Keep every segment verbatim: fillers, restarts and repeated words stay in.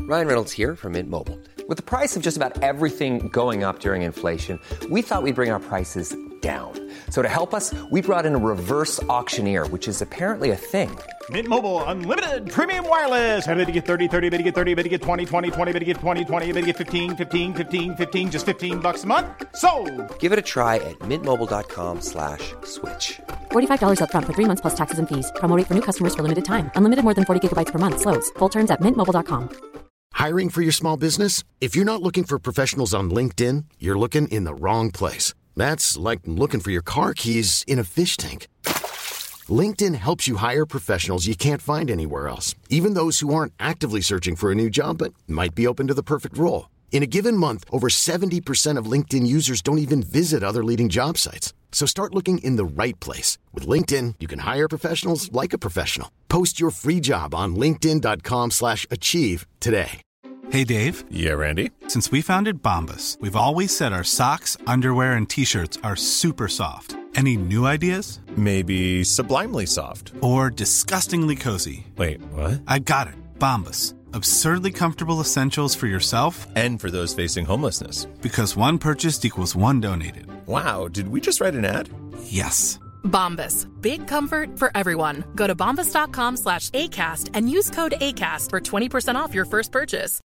Ryan Reynolds here from Mint Mobile. With the price of just about everything going up during inflation, we thought we'd bring our prices down. So to help us, we brought in a reverse auctioneer, which is apparently a thing. Mint Mobile Unlimited Premium Wireless. How to get thirty, thirty, how to get thirty, how to get twenty, twenty, twenty, how to get twenty, twenty, how to get fifteen, fifteen, fifteen, fifteen, just fifteen bucks a month? Sold! Give it a try at mintmobile.com slash switch. forty-five dollars up front for three months plus taxes and fees. Promo rate for new customers for limited time. Unlimited more than forty gigabytes per month. Slows full terms at mint mobile dot com. Hiring for your small business? If you're not looking for professionals on LinkedIn, you're looking in the wrong place. That's like looking for your car keys in a fish tank. LinkedIn helps you hire professionals you can't find anywhere else, even those who aren't actively searching for a new job but might be open to the perfect role. In a given month, over seventy percent of LinkedIn users don't even visit other leading job sites. So start looking in the right place. With LinkedIn, you can hire professionals like a professional. Post your free job on linkedin.com slash achieve today. Hey, Dave. Yeah, Randy. Since we founded Bombas, we've always said our socks, underwear, and T-shirts are super soft. Any new ideas? Maybe sublimely soft. Or disgustingly cozy. Wait, what? I got it. Bombas. Absurdly comfortable essentials for yourself and for those facing homelessness. Because one purchased equals one donated. Wow, did we just write an ad? Yes. Bombas. Big comfort for everyone. Go to bombas.com slash ACAST and use code ACAST for twenty percent off your first purchase.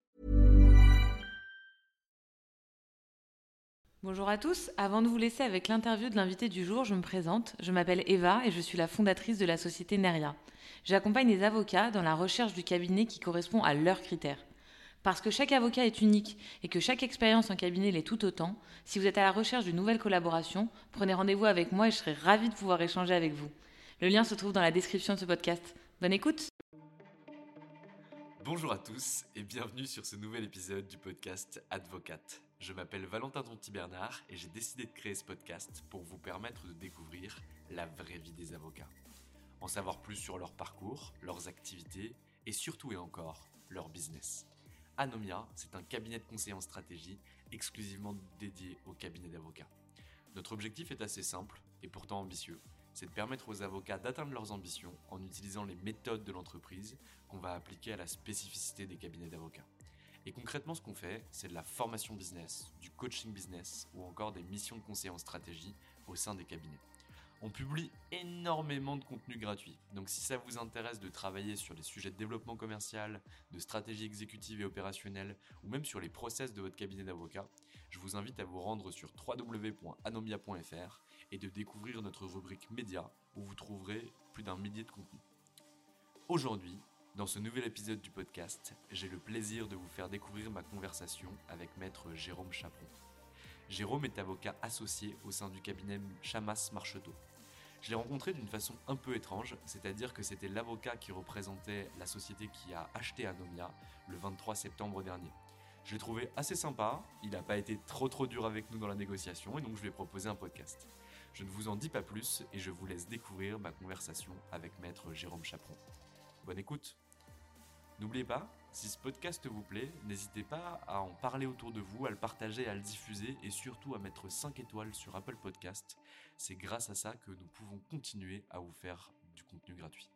Bonjour à tous, avant de vous laisser avec l'interview de l'invité du jour, je me présente, je m'appelle Eva et je suis la fondatrice de la société Neria. J'accompagne les avocats dans la recherche du cabinet qui correspond à leurs critères. Parce que chaque avocat est unique et que chaque expérience en cabinet l'est tout autant, si vous êtes à la recherche d'une nouvelle collaboration, prenez rendez-vous avec moi et je serai ravie de pouvoir échanger avec vous. Le lien se trouve dans la description de ce podcast. Bonne écoute! Bonjour à tous et bienvenue sur ce nouvel épisode du podcast Advocate. Je m'appelle Valentin Tonti-Bernard et j'ai décidé de créer ce podcast pour vous permettre de découvrir la vraie vie des avocats. En savoir plus sur leur parcours, leurs activités et surtout et encore, leur business. Anomia, c'est un cabinet de conseil en stratégie exclusivement dédié au cabinet d'avocats. Notre objectif est assez simple et pourtant ambitieux. C'est de permettre aux avocats d'atteindre leurs ambitions en utilisant les méthodes de l'entreprise qu'on va appliquer à la spécificité des cabinets d'avocats. Et concrètement, ce qu'on fait, c'est de la formation business, du coaching business ou encore des missions de conseil en stratégie au sein des cabinets. On publie énormément de contenu gratuit, donc si ça vous intéresse de travailler sur les sujets de développement commercial, de stratégie exécutive et opérationnelle ou même sur les process de votre cabinet d'avocat, je vous invite à vous rendre sur w w w point anomia point f r et de découvrir notre rubrique médias où vous trouverez plus d'un millier de contenus. Aujourd'hui, dans ce nouvel épisode du podcast, j'ai le plaisir de vous faire découvrir ma conversation avec maître Jérôme Chaperon. Jérôme est avocat associé au sein du cabinet Chamas Marcheteau. Je l'ai rencontré d'une façon un peu étrange, c'est-à-dire que c'était l'avocat qui représentait la société qui a acheté Anomia le vingt-trois septembre dernier. Je l'ai trouvé assez sympa, il n'a pas été trop trop dur avec nous dans la négociation et donc je lui ai proposé un podcast. Je ne vous en dis pas plus et je vous laisse découvrir ma conversation avec maître Jérôme Chaperon. Bonne écoute! N'oubliez pas, si ce podcast vous plaît, n'hésitez pas à en parler autour de vous, à le partager, à le diffuser et surtout à mettre cinq étoiles sur Apple Podcast. C'est grâce à ça que nous pouvons continuer à vous faire du contenu gratuit.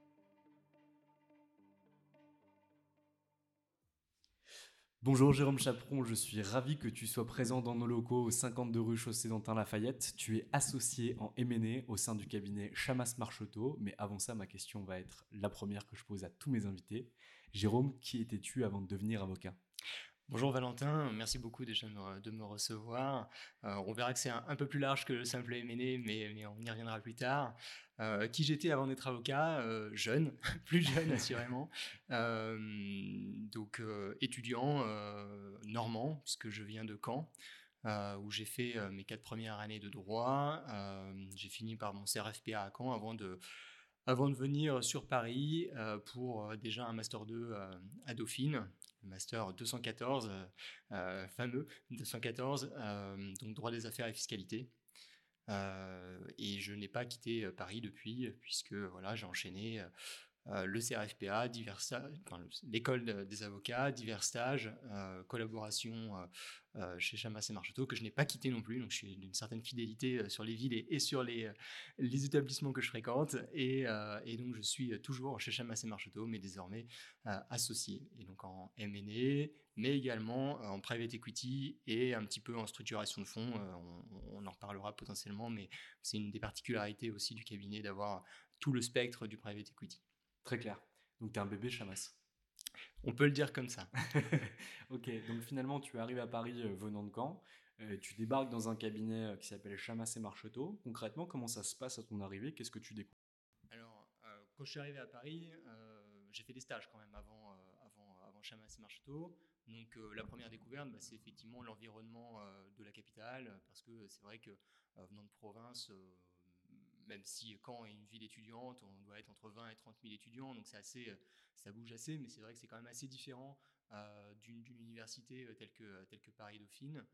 Bonjour Jérôme Chaperon, je suis ravi que tu sois présent dans nos locaux au cinquante-deux rue Chaussée-d'Antin-Lafayette. Tu es associé en M and A au sein du cabinet Chamas Marcheteau, mais avant ça, ma question va être la première que je pose à tous mes invités. Jérôme, qui étais-tu avant de devenir avocat ? Bonjour Valentin, merci beaucoup déjà de me, de me recevoir. Euh, on verra que c'est un, un peu plus large que le simple M and A, mais, mais on y reviendra plus tard. Euh, qui j'étais avant d'être avocat ? euh, Jeune, plus jeune assurément. Euh, donc euh, étudiant euh, normand, puisque je viens de Caen, euh, où j'ai fait euh, mes quatre premières années de droit. Euh, j'ai fini par mon C R F P A à Caen avant de... Avant de venir sur Paris euh, pour euh, déjà un Master deux euh, à Dauphine, le Master deux cent quatorze, euh, euh, fameux deux cent quatorze, euh, donc droit des affaires et fiscalité. Euh, et je n'ai pas quitté Paris depuis, puisque voilà, j'ai enchaîné euh, le C R F P A, divers stages, enfin, l'école de, des avocats, divers stages, euh, collaboration euh, euh, chez Chamas et Marcheteau, que je n'ai pas quitté non plus. Donc, je suis d'une certaine fidélité euh, sur les villes et, et sur les, euh, les établissements que je fréquente. Et, euh, et donc, je suis toujours chez Chamas et Marcheteau, mais désormais euh, associé. Et donc, en M and A, mais également en private equity et un petit peu en structuration de fonds. Euh, on, on en reparlera potentiellement, mais c'est une des particularités aussi du cabinet d'avoir tout le spectre du private equity. Très clair. Donc, tu es un bébé Chamas. On peut le dire comme ça. Ok, donc finalement, tu arrives à Paris euh, venant de Caen. Euh, tu débarques dans un cabinet euh, qui s'appelle Chamas et Marcheteau. Concrètement, comment ça se passe à ton arrivée? Qu'est-ce que tu découvres? Alors, euh, quand je suis arrivé à Paris, euh, j'ai fait des stages quand même avant, euh, avant, avant Chamas et Marcheteau. Donc, euh, la première découverte, bah, c'est effectivement l'environnement euh, de la capitale, parce que c'est vrai que euh, venant de province, euh, même si Caen est une ville étudiante, on doit être entre vingt et trente mille étudiants, donc c'est assez, ça bouge assez, mais c'est vrai que c'est quand même assez différent euh, d'une, d'une université telle que, telle que Paris-Dauphine.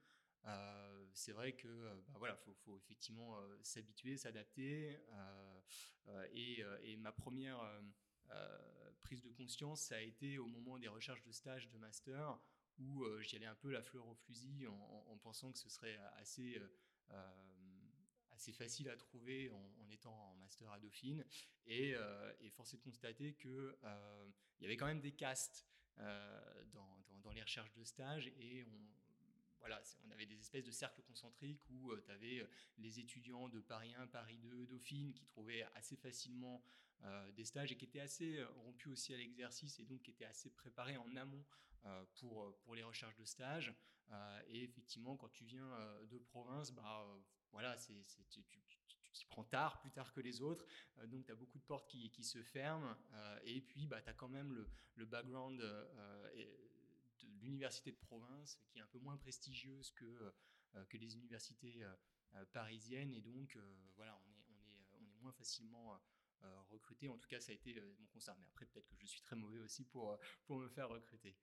Euh, c'est vrai que bah voilà, faut, faut effectivement euh, s'habituer, s'adapter. Euh, euh, et, et ma première euh, euh, prise de conscience, ça a été au moment des recherches de stage de master, où euh, j'y allais un peu la fleur au fusil, en, en, en pensant que ce serait assez euh, assez facile à trouver en, en étant en master à Dauphine, et, euh, et force est de constater qu'il euh, y avait quand même des castes euh, dans, dans, dans les recherches de stage, et on, voilà, on avait des espèces de cercles concentriques où euh, tu avais euh, les étudiants de Paris un, Paris deux, Dauphine, qui trouvaient assez facilement euh, des stages et qui étaient assez euh, rompus aussi à l'exercice, et donc qui étaient assez préparés en amont euh, pour, pour les recherches de stage. Euh, et effectivement, quand tu viens euh, de province, bah, euh, voilà, c'est, c'est, tu, tu, tu t'y prends tard, plus tard que les autres, euh, donc tu as beaucoup de portes qui, qui se ferment, euh, et puis bah, tu as quand même le, le background euh, et, de l'université de province, qui est un peu moins prestigieuse que, euh, que les universités euh, parisiennes, et donc euh, voilà, on est, on est, on est moins facilement euh, recruté. En tout cas, ça a été euh, mon constat, mais après peut-être que je suis très mauvais aussi pour, pour me faire recruter.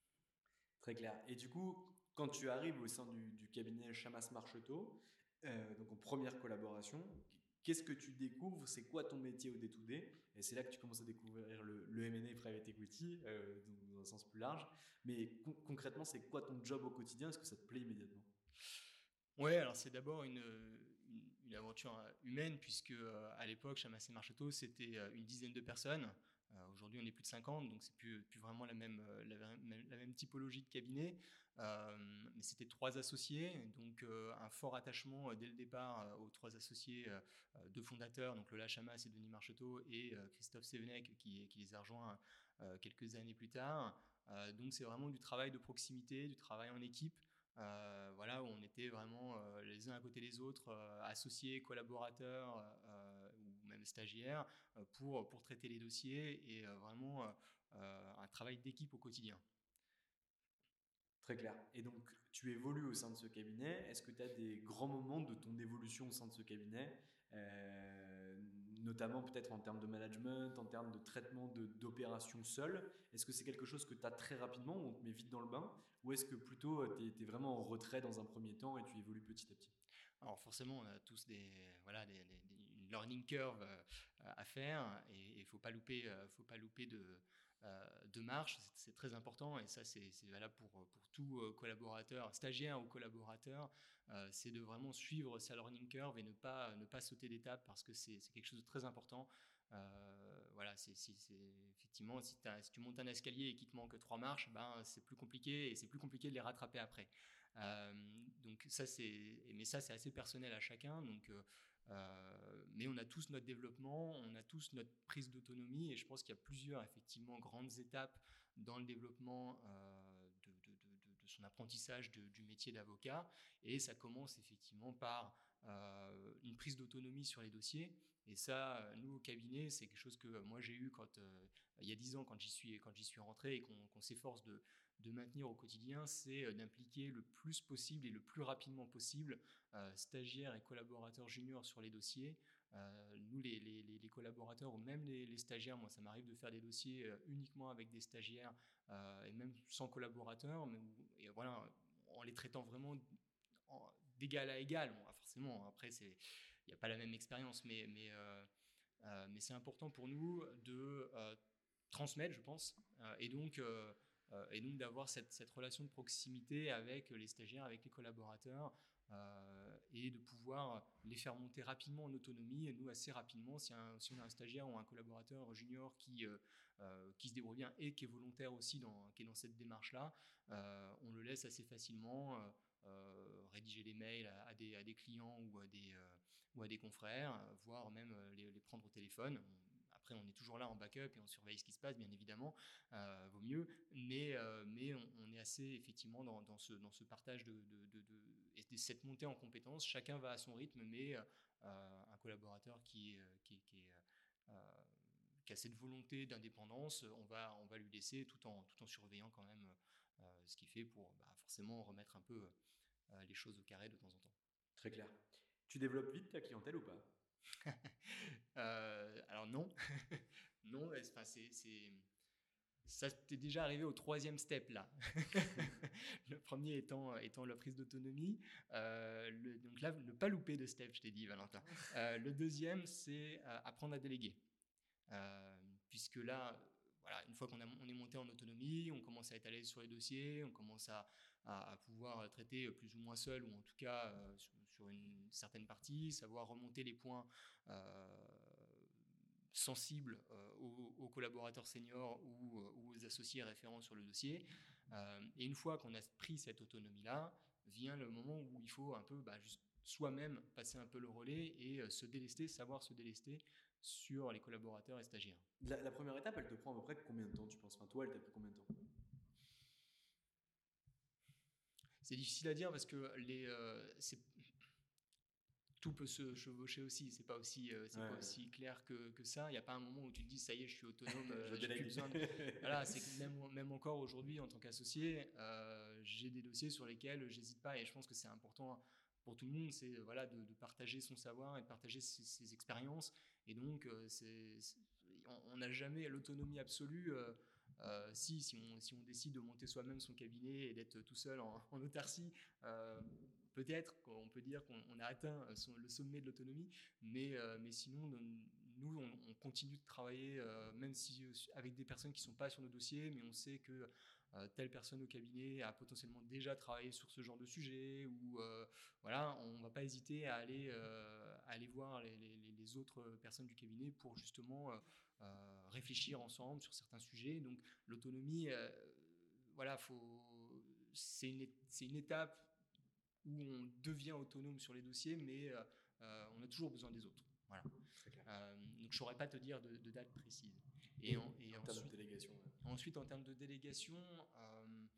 Très clair. Et du coup, quand tu arrives au sein du, du cabinet Chamas Marcheteau, euh, donc en première collaboration, qu'est-ce que tu découvres? C'est quoi ton métier au day-to-day? Et c'est là que tu commences à découvrir le, le M and A Private Equity, euh, dans un sens plus large. Mais con- concrètement, c'est quoi ton job au quotidien? Est-ce que ça te plaît immédiatement? Ouais, alors c'est d'abord une, une, une aventure humaine, puisque euh, à l'époque, Chamas et Marcheteau, c'était euh, une dizaine de personnes. Euh, aujourd'hui, on est plus de cinquante, donc c'est plus, plus vraiment la même, la, la même typologie de cabinet. Euh, mais c'était trois associés, donc euh, un fort attachement euh, dès le départ euh, aux trois associés, euh, deux fondateurs, donc Lola Chamas et Denis Marcheteau, et euh, Christophe Sévenec, qui, qui les a rejoints euh, quelques années plus tard. Euh, donc c'est vraiment du travail de proximité, du travail en équipe. Euh, voilà, où on était vraiment euh, les uns à côté des autres, euh, associés, collaborateurs euh, ou même stagiaires, euh, pour, pour traiter les dossiers, et euh, vraiment euh, un travail d'équipe au quotidien. Très clair. Et donc, tu évolues au sein de ce cabinet. Est-ce que tu as des grands moments de ton évolution au sein de ce cabinet, euh, notamment peut-être en termes de management, en termes de traitement de, d'opérations seules? Est-ce que c'est quelque chose que tu as très rapidement, où on te met vite dans le bain, ou est-ce que plutôt tu es vraiment en retrait dans un premier temps et tu évolues petit à petit? Alors forcément, on a tous des, voilà, des, des, une learning curve euh, à faire, et il ne faut pas louper, euh, faut pas louper de, euh, de marche, c'est, c'est très important, et ça c'est, c'est valable pour, pour tout euh, collaborateur, stagiaire ou collaborateur, euh, c'est de vraiment suivre sa learning curve et ne pas, ne pas sauter d'étape, parce que c'est, c'est quelque chose de très important. Euh, voilà, c'est, c'est, c'est, effectivement, si, si tu montes un escalier et qu'il te manque trois marches, ben, c'est plus compliqué, et c'est plus compliqué de les rattraper après. Euh, donc ça c'est, mais ça c'est assez personnel à chacun. Donc, euh, mais on a tous notre développement, on a tous notre prise d'autonomie, et je pense qu'il y a plusieurs effectivement grandes étapes dans le développement euh, de, de, de, de son apprentissage de, du métier d'avocat. Et ça commence effectivement par euh, une prise d'autonomie sur les dossiers. Et ça, nous au cabinet, c'est quelque chose que moi j'ai eu quand, euh, il y a dix ans, quand j'y suis, quand j'y suis rentré, et qu'on, qu'on s'efforce de, de maintenir au quotidien, c'est d'impliquer le plus possible et le plus rapidement possible euh, stagiaires et collaborateurs juniors sur les dossiers. Euh, nous, les, les, les collaborateurs, ou même les, les stagiaires, moi ça m'arrive de faire des dossiers euh, uniquement avec des stagiaires, euh, et même sans collaborateurs, mais, et voilà, en les traitant vraiment en, d'égal à égal. Bon, forcément, après, il n'y a pas la même expérience, mais, mais, euh, Euh, mais c'est important pour nous de euh, transmettre, je pense, euh, et donc, euh, euh, et donc d'avoir cette, cette relation de proximité avec les stagiaires, avec les collaborateurs, euh, et de pouvoir les faire monter rapidement en autonomie. Et nous, assez rapidement, si, un, si on a un stagiaire ou un collaborateur junior qui, euh, euh, qui se débrouille bien et qui est volontaire aussi, dans, qui est dans cette démarche-là, euh, on le laisse assez facilement euh, euh, rédiger les mails à, à, des, à des clients ou à des, euh, ou à des confrères, voire même les, les prendre au téléphone. Après, on est toujours là en backup et on surveille ce qui se passe, bien évidemment, euh, vaut mieux. Mais, euh, mais on, on est assez, effectivement, dans, dans, ce, dans ce partage de, de, de, de, et de cette montée en compétences. Chacun va à son rythme, mais euh, un collaborateur qui, qui, qui, euh, qui a cette volonté d'indépendance, on va, on va lui laisser tout en, tout en surveillant quand même euh, ce qu'il fait pour bah, forcément remettre un peu euh, les choses au carré de temps en temps. Très clair. Tu développes vite ta clientèle ou pas? euh, alors non, non, enfin, c'est, c'est, ça t'est déjà arrivé au troisième step là. Le premier étant, étant la prise d'autonomie. Euh, le, donc là, ne pas louper de step, je t'ai dit, Valentin. Euh, le deuxième, c'est euh, apprendre à déléguer. Euh, puisque là, voilà, une fois qu'on a, on est monté en autonomie, on commence à être à l'aise sur les dossiers, on commence à, à, à pouvoir traiter plus ou moins seul, ou en tout cas euh, sur, sur une certaine partie, savoir remonter les points euh, sensibles euh, aux, aux collaborateurs seniors ou, ou aux associés référents sur le dossier. Euh, et une fois qu'on a pris cette autonomie-là, vient le moment où il faut un peu bah, juste soi-même passer un peu le relais et euh, se délester, savoir se délester sur les collaborateurs et stagiaires. La, la première étape, elle te prend à peu près combien de temps, tu penses? Enfin, toi, elle t'a pris combien de temps? C'est difficile à dire parce que les, euh, c'est... tout peut se chevaucher aussi. C'est pas aussi, euh, c'est ouais, pas aussi ouais. clair que, que ça. Il n'y a pas un moment où tu te dis ça y est, je suis autonome, euh, j'ai plus besoin de... Voilà, c'est que même, même encore aujourd'hui, en tant qu'associé, euh, j'ai des dossiers sur lesquels j'hésite pas, et je pense que c'est important pour tout le monde, c'est voilà, de, de partager son savoir et de partager ses, ses expériences. Et donc, euh, c'est, c'est, on n'a jamais l'autonomie absolue. Euh, euh, si, si on, si on décide de monter soi-même son cabinet et d'être tout seul en, en autarcie, euh, peut-être qu'on peut dire qu'on a atteint son, le sommet de l'autonomie, mais, euh, mais sinon, nous, on, on continue de travailler, euh, même si, avec des personnes qui ne sont pas sur nos dossiers, mais on sait que euh, telle personne au cabinet a potentiellement déjà travaillé sur ce genre de sujet, ou euh, voilà, on ne va pas hésiter à aller, euh, à aller voir les, les, les autres personnes du cabinet pour justement euh, euh, réfléchir ensemble sur certains sujets. Donc l'autonomie, euh, voilà, faut, c'est, une, c'est une étape où on devient autonome sur les dossiers, mais euh, on a toujours besoin des autres. Voilà. Euh, donc je ne saurais pas te dire de, de date précise. Et, en, et en ensuite, termes de délégation. Ouais. Ensuite, en termes de délégation, euh,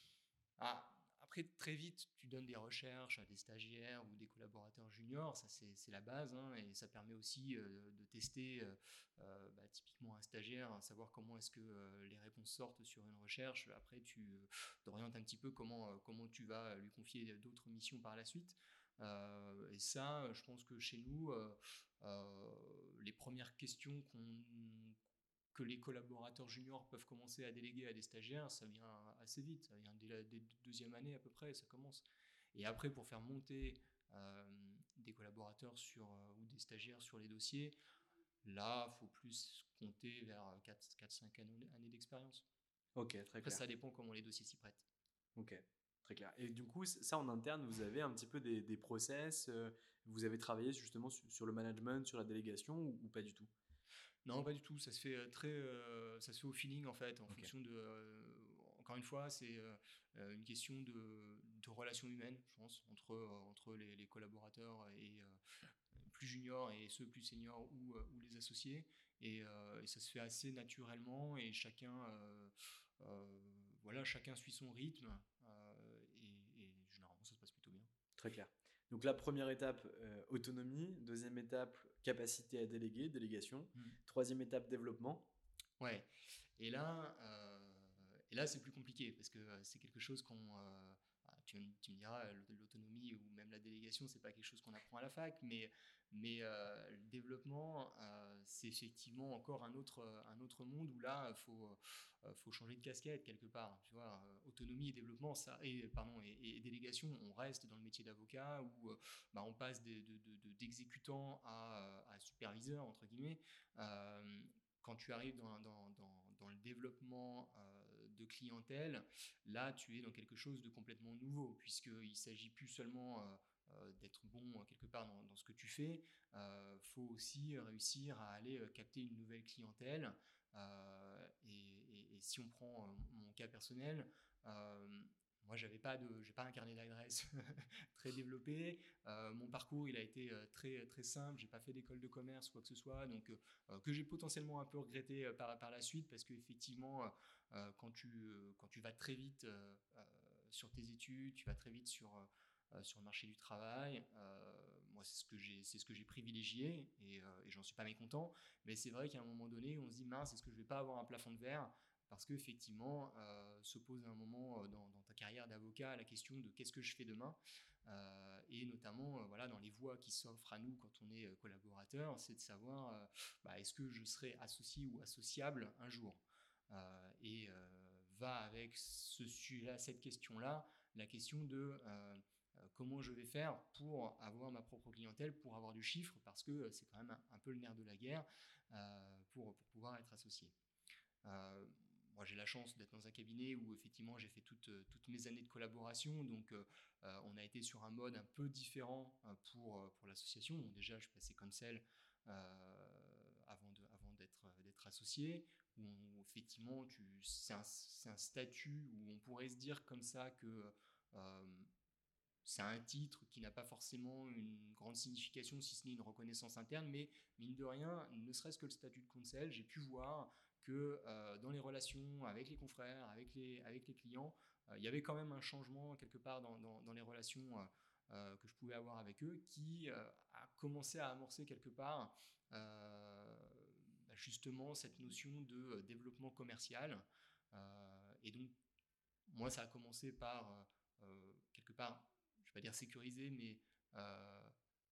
ah, après très vite, tu donnes des recherches à des stagiaires ou des collaborateurs juniors, ça c'est, c'est la base, hein, et ça permet aussi euh, de tester euh, euh, bah, typiquement un stagiaire, hein, savoir comment est-ce que euh, les réponses sortent sur une recherche. Après, tu euh, t'orientes un petit peu comment, euh, comment tu vas lui confier d'autres missions par la suite. Euh, et ça, je pense que chez nous, euh, euh, les premières questions qu'on, que les collaborateurs juniors peuvent commencer à déléguer à des stagiaires, ça vient assez vite, ça vient dès la dès deuxième année à peu près, ça commence. Et après, pour faire monter euh, des collaborateurs sur, euh, ou des stagiaires sur les dossiers, là, il faut plus compter vers quatre à cinq années, années d'expérience. Ok, très clair. Après, ça dépend comment les dossiers s'y prêtent. Ok. Très clair. Et du coup, ça en interne, vous avez un petit peu des, des process, euh, vous avez travaillé justement sur, sur le management, sur la délégation ou, ou pas du tout? Non, pas du tout. Ça se fait très, euh, ça se fait au feeling en fait, en okay. fonction de. Euh, encore une fois, c'est euh, une question de, de relations humaines, je pense, entre euh, entre les, les collaborateurs et euh, plus juniors et ceux plus seniors ou euh, ou les associés. Et, euh, et ça se fait assez naturellement et chacun, euh, euh, voilà, chacun suit son rythme euh, et, et généralement ça se passe plutôt bien. Très clair. Donc la première étape, euh, autonomie. Deuxième étape, capacité à déléguer, délégation. Mmh. Troisième étape, développement. Ouais. Et là, euh, et là c'est plus compliqué parce que c'est quelque chose qu'on... Euh, tu, tu me diras, l'autonomie ou même la délégation, c'est pas quelque chose qu'on apprend à la fac, mais, mais euh, le développement, euh, c'est effectivement encore un autre, un autre monde où là, il faut, euh, faut changer de casquette quelque part. Tu vois, autonomie et développement, ça, et, pardon, et, et délégation, on reste dans le métier d'avocat où euh, bah, on passe de, de, de, d'exécutant à, à superviseur, entre guillemets. Euh, quand tu arrives dans, dans, dans, dans le développement euh, de clientèle, là, tu es dans quelque chose de complètement nouveau, puisqu'il ne s'agit plus seulement euh, euh, d'être bon quelque part dans, dans ce que tu fais. Il euh, faut aussi réussir à aller capter une nouvelle clientèle. Euh, et, et, et si on prend euh, mon cas personnel, euh, moi, j'avais pas de, j'ai pas un carnet d'adresses très développé. Euh, mon parcours, il a été très très simple. J'ai pas fait d'école de commerce ou quoi que ce soit, donc euh, que j'ai potentiellement un peu regretté par par la suite parce qu'effectivement, euh, quand tu euh, quand tu vas très vite euh, euh, sur tes études, tu vas très vite sur euh, sur le marché du travail. Euh, moi, c'est ce que j'ai c'est ce que j'ai privilégié et, euh, et j'en suis pas mécontent. Mais c'est vrai qu'à un moment donné, on se dit mince, est-ce que je vais pas avoir un plafond de verre? Parce qu'effectivement, euh, se pose un moment euh, dans, dans ta carrière d'avocat la question de qu'est-ce que je fais demain euh, et notamment euh, voilà, dans les voies qui s'offrent à nous quand on est euh, collaborateur, c'est de savoir euh, bah, est-ce que je serai associé ou associable un jour euh, et euh, va avec ce sujet-là, cette question-là, la question de euh, comment je vais faire pour avoir ma propre clientèle, pour avoir du chiffre, parce que c'est quand même un, un peu le nerf de la guerre euh, pour, pour pouvoir être associé. Euh, moi, j'ai la chance d'être dans un cabinet où effectivement j'ai fait toutes, toutes mes années de collaboration, donc euh, on a été sur un mode un peu différent pour, pour l'association. Bon, déjà, je suis passé counsel euh, avant, de, avant d'être, d'être associé, où on, effectivement tu, c'est, un, c'est un statut où on pourrait se dire comme ça que euh, c'est un titre qui n'a pas forcément une grande signification, si ce n'est une reconnaissance interne, mais mine de rien, ne serait-ce que le statut de counsel, j'ai pu voir que euh, dans les relations avec les confrères, avec les, avec les clients, euh, il y avait quand même un changement quelque part dans, dans, dans les relations euh, euh, que je pouvais avoir avec eux, qui euh, a commencé à amorcer quelque part euh, justement cette notion de développement commercial. Euh, et donc, moi, ça a commencé par euh, quelque part, je ne vais pas dire sécuriser, mais euh,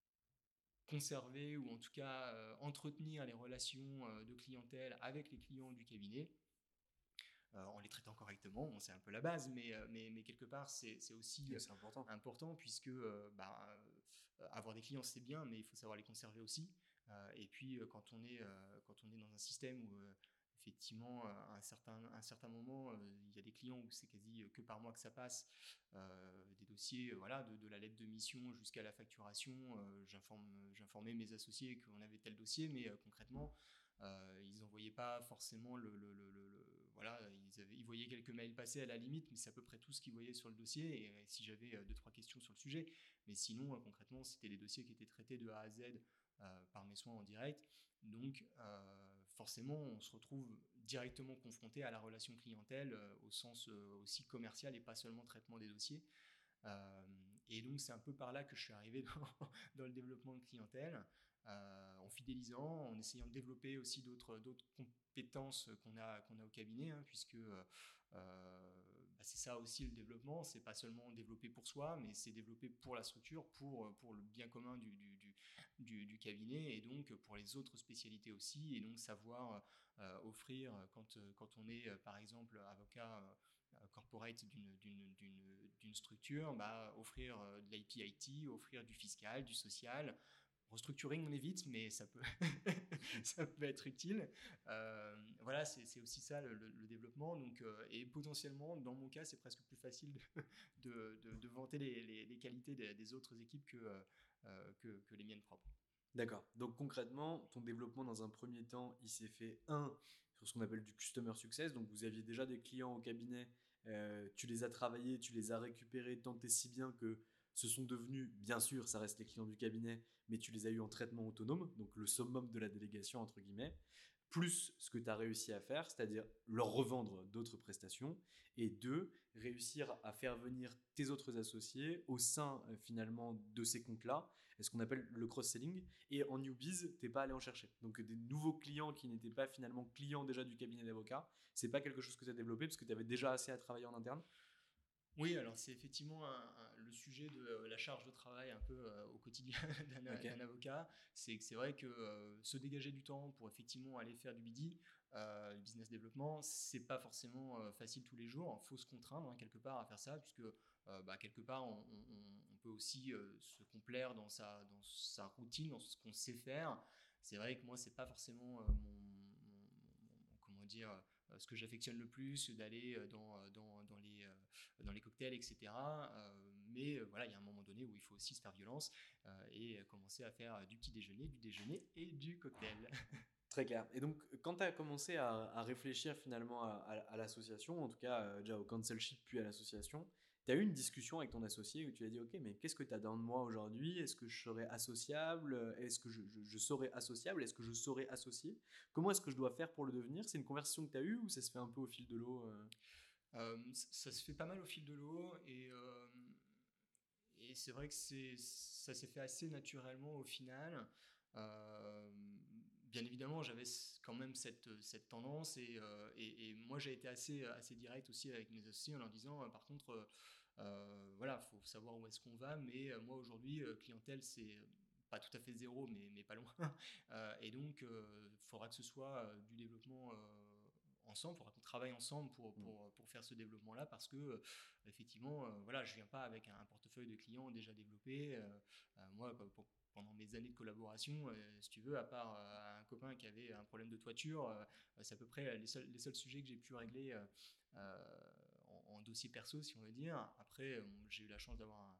conserver ou en tout cas euh, entretenir les relations euh, de clientèle avec les clients du cabinet euh, en les traitant correctement. Bon, c'est un peu la base, mais, euh, mais, mais quelque part, c'est, c'est aussi c'est important. important puisque euh, bah, euh, avoir des clients, c'est bien, mais il faut savoir les conserver aussi. Euh, et puis, euh, quand, on est, euh, quand on est dans un système où euh, effectivement, à un certain, à un certain moment, euh, il y a des clients où c'est quasi que par mois que ça passe, euh, des dossiers, euh, voilà, de, de la lettre de mission jusqu'à la facturation. Euh, j'informe, j'informais mes associés qu'on avait tel dossier, mais euh, concrètement, euh, ils n'envoyaient pas forcément le, le, le, le, le voilà, ils, avaient, ils voyaient quelques mails passer à la limite, mais c'est à peu près tout ce qu'ils voyaient sur le dossier. Et, et si j'avais euh, deux trois questions sur le sujet, mais sinon, euh, concrètement, c'était des dossiers qui étaient traités de A à Z. Euh, par mes soins en direct. Donc, euh, forcément, on se retrouve directement confronté à la relation clientèle euh, au sens euh, aussi commercial et pas seulement traitement des dossiers. Euh, et donc, c'est un peu par là que je suis arrivé dans, dans le développement de clientèle, euh, en fidélisant, en essayant de développer aussi d'autres, d'autres compétences qu'on a, qu'on a au cabinet, hein, puisque euh, bah, c'est ça aussi le développement, c'est pas seulement développer pour soi, mais c'est développer pour la structure, pour, pour le bien commun du, du, du, du, du cabinet, et donc pour les autres spécialités aussi, et donc savoir euh, offrir, quand, quand on est par exemple avocat euh, corporate d'une, d'une, d'une, d'une structure, bah, offrir euh, de l'I P I T, offrir du fiscal, du social. Restructuring, on évite, mais ça peut, ça peut être utile. Euh, voilà, c'est, c'est aussi ça le, le, le développement. Donc, euh, et potentiellement, dans mon cas, c'est presque plus facile de, de, de, de vanter les, les, les qualités des, des autres équipes que, euh, que, que les miennes propres. D'accord. Donc concrètement, ton développement dans un premier temps, il s'est fait, un, sur ce qu'on appelle du customer success. Donc vous aviez déjà des clients au cabinet, euh, tu les as travaillés, tu les as récupérés tant et si bien que ce sont devenus, bien sûr, ça reste les clients du cabinet, mais tu les as eu en traitement autonome, donc le summum de la délégation, entre guillemets, plus ce que tu as réussi à faire, c'est-à-dire leur revendre d'autres prestations, et deux, réussir à faire venir tes autres associés au sein, euh, finalement, de ces comptes-là, ce qu'on appelle le cross-selling, et en newbies, tu n'es pas allé en chercher. Donc des nouveaux clients qui n'étaient pas finalement clients déjà du cabinet d'avocats, ce n'est pas quelque chose que tu as développé, parce que tu avais déjà assez à travailler en interne. Oui, alors c'est effectivement un, un, le sujet de euh, la charge de travail un peu euh, au quotidien d'un, okay. d'un avocat. C'est que c'est vrai que euh, se dégager du temps pour effectivement aller faire du B D, Euh, le business développement, c'est pas forcément euh, facile tous les jours. Il faut se contraindre hein, quelque part à faire ça, puisque euh, bah, quelque part on, on, on peut aussi euh, se complaire dans sa, dans sa routine, dans ce qu'on sait faire. C'est vrai que moi, c'est pas forcément euh, mon, mon, mon, comment dire, euh, ce que j'affectionne le plus, d'aller dans, dans, dans, les, euh, dans les cocktails, et cetera. Euh, mais euh, voilà, il y a un moment donné où il faut aussi se faire violence euh, et commencer à faire du petit déjeuner, du déjeuner et du cocktail. Très clair. Et donc, quand tu as commencé à, à réfléchir finalement à, à, à l'association, en tout cas euh, déjà au councilship puis à l'association, tu as eu une discussion avec ton associé où tu lui as dit « Ok, mais qu'est-ce que tu as dans de moi aujourd'hui? Est-ce que je serais associable? Est-ce que je, je, je serais associable? Est-ce que je serais associé? Comment est-ce que je dois faire pour le devenir ?» C'est une conversation que tu as eue ou ça se fait un peu au fil de l'eau euh euh, ça, ça se fait pas mal au fil de l'eau et, euh, et c'est vrai que c'est, ça s'est fait assez naturellement au final. Euh, bien évidemment, j'avais quand même cette, cette tendance et, euh, et, et moi j'ai été assez, assez direct aussi avec mes associés en leur disant euh, par contre, euh, voilà, faut savoir où est-ce qu'on va, mais euh, moi aujourd'hui, euh, clientèle c'est pas tout à fait zéro, mais, mais pas loin. euh, et donc, il euh, faudra que ce soit euh, du développement euh, ensemble, il faudra qu'on travaille ensemble pour, pour, pour faire ce développement-là parce que, euh, effectivement, euh, voilà, je ne viens pas avec un, un portefeuille de clients déjà développé. Euh, euh, moi, pour, pendant mes années de collaboration, euh, si tu veux, à part euh, un copain qui avait un problème de toiture, euh, c'est à peu près les seuls, les seuls sujets que j'ai pu régler euh, euh, en, en dossier perso, si on veut dire. Après, bon, j'ai eu la chance d'avoir un,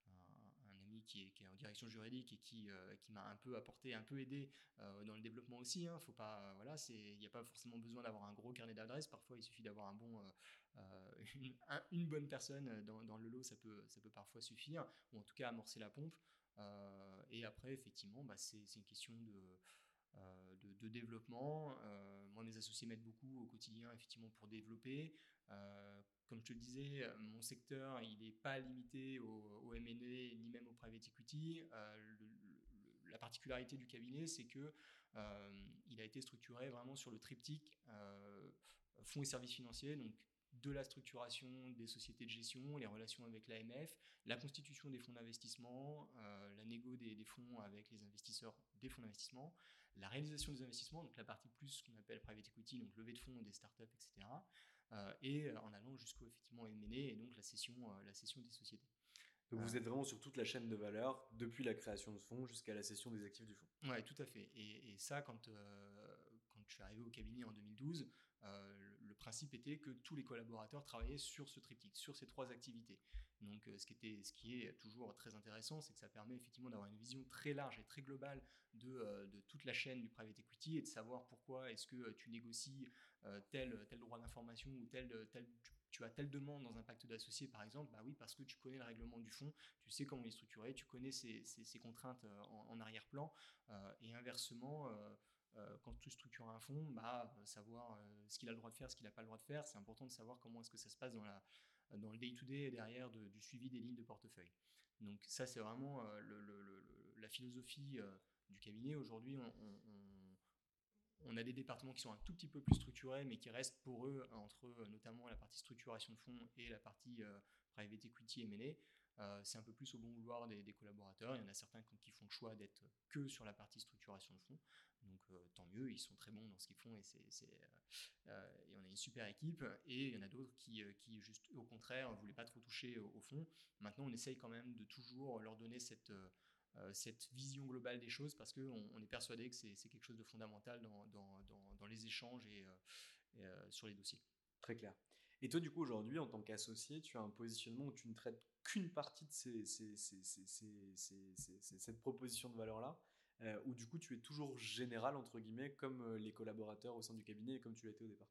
un, un ami qui est, qui est en direction juridique et qui, euh, qui m'a un peu apporté, un peu aidé euh, dans le développement aussi. Hein. Faut pas, voilà, il n'y a pas forcément besoin d'avoir un gros carnet d'adresses. Parfois, il suffit d'avoir un bon, euh, une, un, une bonne personne dans, dans le lot, ça peut, ça peut parfois suffire, ou en tout cas amorcer la pompe. Euh, et après, effectivement, bah, c'est, c'est une question de, euh, de, de développement. Euh, moi, mes associés m'aident beaucoup au quotidien, effectivement, pour développer. Euh, comme je te le disais, mon secteur, il n'est pas limité au, au M and A ni même au private equity. Euh, le, le, la particularité du cabinet, c'est que euh, il a été structuré vraiment sur le triptyque euh, fonds et services financiers, donc de la structuration des sociétés de gestion, les relations avec l'A M F, la constitution des fonds d'investissement, euh, la négo des, des fonds avec les investisseurs des fonds d'investissement, la réalisation des investissements, donc la partie plus ce qu'on appelle private equity, donc levée de fonds des startups, et cetera. Euh, et en allant jusqu'au effectivement M and A et donc la cession, euh, la cession des sociétés. Donc vous êtes vraiment sur toute la chaîne de valeur, depuis la création de fonds jusqu'à la cession des actifs du fonds. Oui, tout à fait. Et, et ça, quand, euh, quand je suis arrivé au cabinet en deux mille douze, euh, le, le principe était que tous les collaborateurs travaillaient sur ce triptyque, sur ces trois activités. Donc ce qui, était, ce qui est toujours très intéressant, c'est que ça permet effectivement d'avoir une vision très large et très globale de, euh, de toute la chaîne du private equity et de savoir pourquoi est-ce que tu négocies euh, tel, tel droit d'information ou tel, tel tu as telle demande dans un pacte d'associés, par exemple, bah oui, parce que tu connais le règlement du fonds, tu sais comment il est structuré, tu connais ses, ses, ses contraintes en, en arrière-plan, euh, et inversement, euh, euh, quand tu structures un fonds, bah, savoir euh, ce qu'il a le droit de faire, ce qu'il n'a pas le droit de faire, c'est important de savoir comment est-ce que ça se passe dans, la, dans le day-to-day derrière de, du suivi des lignes de portefeuille. Donc ça, c'est vraiment euh, le, le, le, la philosophie euh, du cabinet. Aujourd'hui, on, on, on On a des départements qui sont un tout petit peu plus structurés, mais qui restent pour eux, entre notamment la partie structuration de fonds et la partie euh, private equity M and A. Euh, c'est un peu plus au bon vouloir des, des collaborateurs. Il y en a certains qui font le choix d'être que sur la partie structuration de fonds. Donc euh, tant mieux, ils sont très bons dans ce qu'ils font et, c'est, c'est, euh, et on a une super équipe. Et il y en a d'autres qui, qui juste au contraire, ne voulaient pas trop toucher au, au fond. Maintenant, on essaye quand même de toujours leur donner cette... Euh, cette vision globale des choses parce qu'on on est persuadé que c'est, c'est quelque chose de fondamental dans, dans, dans, dans les échanges et, euh, et euh, sur les dossiers. Très clair. Et toi, du coup, aujourd'hui, en tant qu'associé, tu as un positionnement où tu ne traites qu'une partie de ces, ces, ces, ces, ces, ces, ces, ces, cette proposition de valeur-là, euh, où du coup, tu es toujours général, entre guillemets, comme les collaborateurs au sein du cabinet et comme tu l'étais au départ.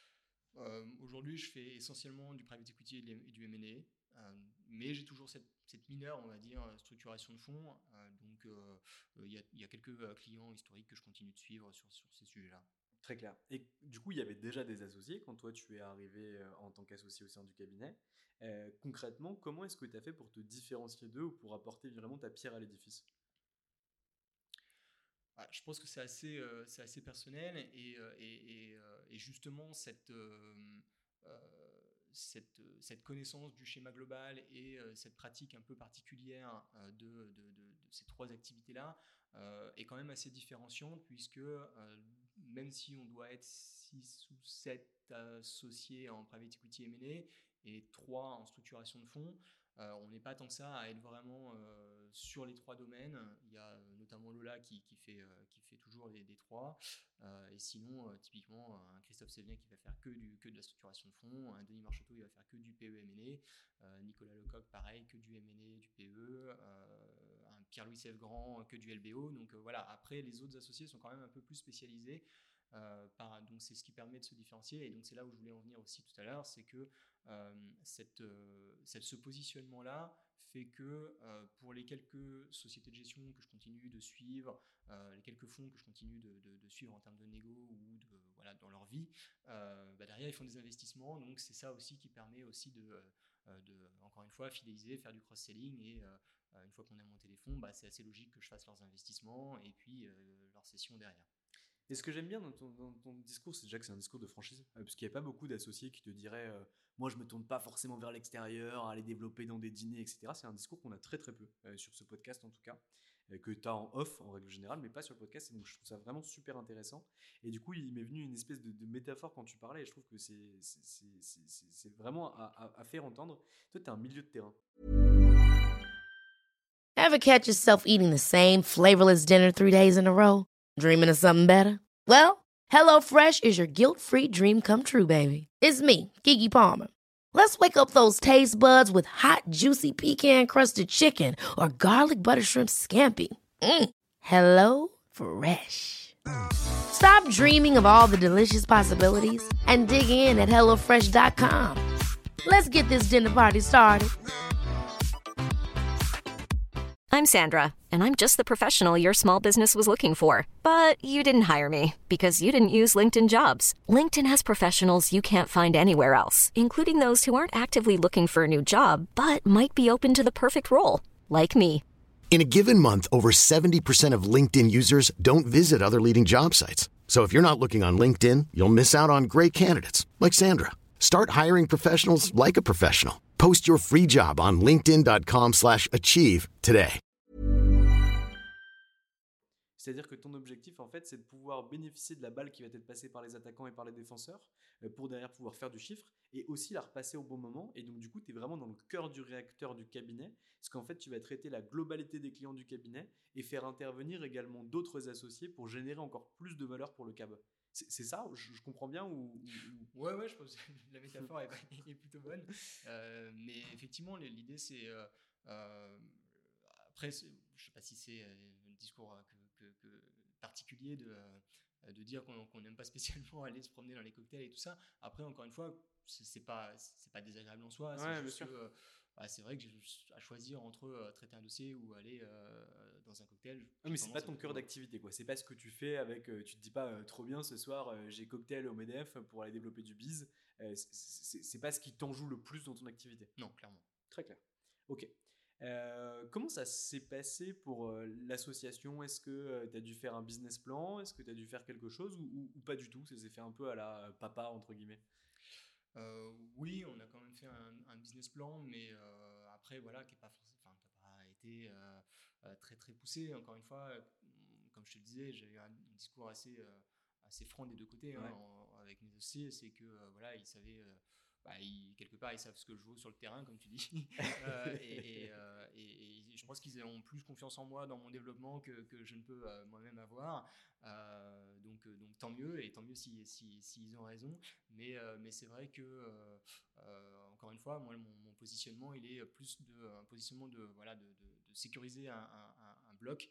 Euh, aujourd'hui, je fais essentiellement du private equity et du M and A. Euh, mais j'ai toujours cette, cette mineure, on va dire, structuration de fonds. Euh, donc, il euh, y, y a quelques clients historiques que je continue de suivre sur, sur ces sujets-là. Très clair. Et du coup, il y avait déjà des associés quand toi, tu es arrivé en tant qu'associé au sein du cabinet. Euh, concrètement, comment est-ce que tu as fait pour te différencier d'eux ou pour apporter vraiment ta pierre à l'édifice ? Ah, je pense que c'est assez, euh, c'est assez personnel et, et, et, et justement, cette... Euh, euh, Cette, cette connaissance du schéma global et euh, cette pratique un peu particulière euh, de, de, de, de ces trois activités-là euh, est quand même assez différenciante puisque euh, même si on doit être six ou sept associés en private equity M and A et trois en structuration de fonds, euh, on n'est pas tant que ça à être vraiment euh, sur les trois domaines. Il y a notamment Lola qui, qui, fait, euh, qui fait toujours les, les trois. Euh, et sinon, euh, typiquement, un Christophe Sévenien qui va faire que, du, que de la structuration de fonds, un Denis Marcheteau il va faire que du P E M and A, euh, Nicolas Lecoq pareil, que du M and A, du P E, euh, un Pierre-Louis Sèvgrand que du L B O. Donc euh, voilà, après les autres associés sont quand même un peu plus spécialisés. Euh, par, donc c'est ce qui permet de se différencier, et donc c'est là où je voulais en venir aussi tout à l'heure, c'est que euh, cette, euh, cette, ce positionnement là fait que euh, pour les quelques sociétés de gestion que je continue de suivre, euh, les quelques fonds que je continue de, de, de suivre en termes de négo ou de, voilà, dans leur vie, euh, bah derrière ils font des investissements, donc c'est ça aussi qui permet aussi de, euh, de encore une fois fidéliser, faire du cross-selling, et euh, une fois qu'on a monté les fonds, bah, c'est assez logique que je fasse leurs investissements et puis euh, leurs sessions derrière. Et ce que j'aime bien dans ton, dans ton discours, c'est déjà que c'est un discours de franchise. Euh, parce qu'il n'y a pas beaucoup d'associés qui te diraient euh, moi, je ne me tourne pas forcément vers l'extérieur, à aller développer dans des dîners, et cetera. C'est un discours qu'on a très très peu, euh, sur ce podcast en tout cas, euh, que tu as en off en règle générale, mais pas sur le podcast. Et donc je trouve ça vraiment super intéressant. Et du coup, il m'est venu une espèce de, de métaphore quand tu parlais, et je trouve que c'est, c'est, c'est, c'est, c'est vraiment à, à, à faire entendre. Toi, tu as un milieu de terrain. Ever catch yourself eating the same flavorless dinner three days in a row? Dreaming of something better? Well, HelloFresh is your guilt-free dream come true, baby. It's me, Keke Palmer. Let's wake up those taste buds with hot, juicy pecan-crusted chicken or garlic butter shrimp scampi. Mm. Hello Fresh. Stop dreaming of all the delicious possibilities and dig in at hello fresh dot com. Let's get this dinner party started. I'm Sandra, and I'm just the professional your small business was looking for. But you didn't hire me because you didn't use LinkedIn Jobs. LinkedIn has professionals you can't find anywhere else, including those who aren't actively looking for a new job, but might be open to the perfect role, like me. In a given month, over seventy percent of LinkedIn users don't visit other leading job sites. So if you're not looking on LinkedIn, you'll miss out on great candidates like Sandra. Start hiring professionals like a professional. Post your free job on linkedin dot com slash achieve today. C'est-à-dire que ton objectif, en fait, c'est de pouvoir bénéficier de la balle qui va être passée par les attaquants et par les défenseurs euh, pour derrière pouvoir faire du chiffre et aussi la repasser au bon moment. Et donc, du coup, tu es vraiment dans le cœur du réacteur du cabinet, parce qu'en fait, tu vas traiter la globalité des clients du cabinet et faire intervenir également d'autres associés pour générer encore plus de valeur pour le C A B. C'est, c'est ça, je, je comprends bien ou, ou... Ouais, ouais, je pense que la métaphore est, est plutôt bonne. Euh, mais effectivement, l'idée, c'est... Euh, euh, après, c'est, je ne sais pas si c'est un discours que, que, que particulier de, de dire qu'on n'aime pas spécialement aller se promener dans les cocktails et tout ça. Après, encore une fois, c'est, c'est, pas, c'est pas désagréable en soi. C'est ouais, juste que, euh, bah, c'est vrai que j'ai à choisir entre euh, traiter un dossier ou aller euh, dans un cocktail. Non, mais c'est pas ton cœur d'activité, quoi. C'est pas ce que tu fais avec. Euh, tu te dis pas euh, trop bien ce soir, euh, j'ai cocktail au MEDEF pour aller développer du biz. Euh, c'est, c'est, c'est pas ce qui t'en joue le plus dans ton activité. Non, clairement. Très clair. Ok. Euh, comment ça s'est passé pour euh, l'association ? Est-ce que euh, tu as dû faire un business plan ? Est-ce que tu as dû faire quelque chose ou, ou, ou pas du tout ? Ça s'est fait un peu à la papa, entre guillemets. Euh, oui, on a quand même fait un, un business plan, mais euh, après, voilà, qui n'a pas, enfin, pas été euh, très très poussé. Encore une fois, comme je te le disais, j'ai eu un, un discours assez, euh, assez franc des deux côtés, ouais. hein, en, avec mes associés. C'est que euh, voilà, ils savaient. Euh, Bah, ils, quelque part, ils savent ce que je vaux sur le terrain, comme tu dis. euh, et, et, euh, et, et je pense qu'ils ont plus confiance en moi dans mon développement que, que je ne peux euh, moi-même avoir. Euh, donc, donc tant mieux, et tant mieux s'ils si, si, si ont raison. Mais, euh, mais c'est vrai que, euh, euh, encore une fois, moi, mon, mon positionnement, il est plus de, un positionnement de, voilà, de, de, de sécuriser un, un, un bloc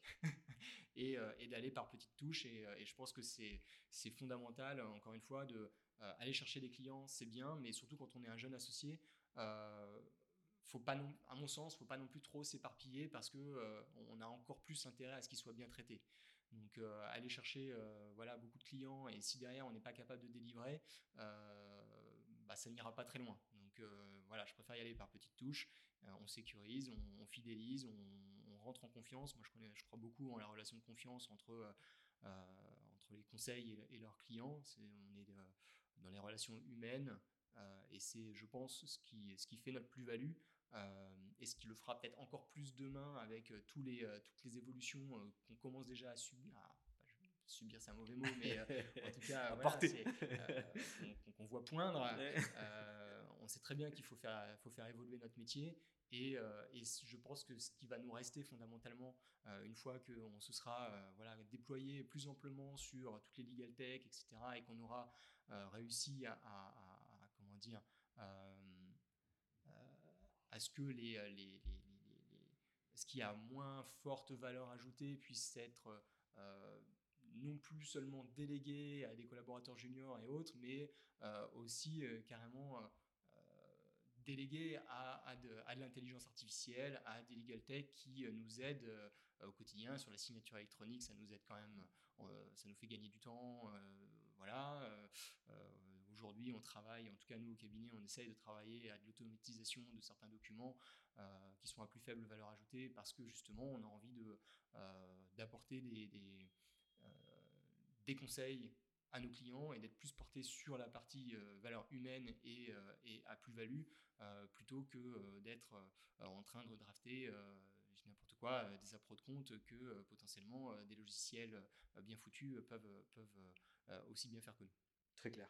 et, euh, et d'aller par petites touches. Et, et je pense que c'est, c'est fondamental, encore une fois, de Euh, aller chercher des clients, c'est bien, mais surtout quand on est un jeune associé, euh, faut pas non, à mon sens, faut pas non plus trop s'éparpiller parce que euh, on a encore plus intérêt à ce qu'ils soient bien traités. Donc euh, aller chercher euh, voilà beaucoup de clients, et si derrière on n'est pas capable de délivrer, euh, bah, ça n'ira pas très loin. Donc euh, voilà, je préfère y aller par petites touches. Euh, on sécurise, on, on fidélise, on, on rentre en confiance. Moi je connais, je crois beaucoup en la relation de confiance entre euh, euh, entre les conseils et, et leurs clients. C'est, on est euh, dans les relations humaines, euh, et c'est, je pense, ce qui, ce qui fait notre plus-value, euh, et ce qui le fera peut-être encore plus demain avec euh, tous les, euh, toutes les évolutions euh, qu'on commence déjà à subir, à, subir c'est un mauvais mot, mais euh, en tout cas, voilà, c'est, euh, qu'on, qu'on voit poindre. Euh, on sait très bien qu'il faut faire, faut faire évoluer notre métier. Et, euh, et je pense que ce qui va nous rester fondamentalement, euh, une fois qu'on se sera euh, voilà, déployé plus amplement sur toutes les legal tech, et cetera, et qu'on aura euh, réussi à, à, à, à comment dire, euh, euh, à ce que les, les, les, les, les, ce qui a moins forte valeur ajoutée puisse être euh, non plus seulement délégué à des collaborateurs juniors et autres, mais euh, aussi euh, carrément euh, délégué à, à, de, à de l'intelligence artificielle, à des legal tech qui euh, nous aident euh, au quotidien. Sur la signature électronique, ça nous aide quand même, euh, ça nous fait gagner du temps. Euh, voilà. Euh, euh, aujourd'hui, on travaille, en tout cas nous au cabinet, on essaye de travailler à de l'automatisation de certains documents euh, qui sont à plus faible valeur ajoutée parce que justement, on a envie de, euh, d'apporter des, des, euh, des conseils à nos clients et d'être plus porté sur la partie euh, valeur humaine et, euh, et à plus-value euh, plutôt que euh, d'être euh, en train de drafter euh, n'importe quoi, euh, des appros de compte que euh, potentiellement euh, des logiciels euh, bien foutus euh, peuvent, peuvent euh, aussi bien faire que nous. Très clair.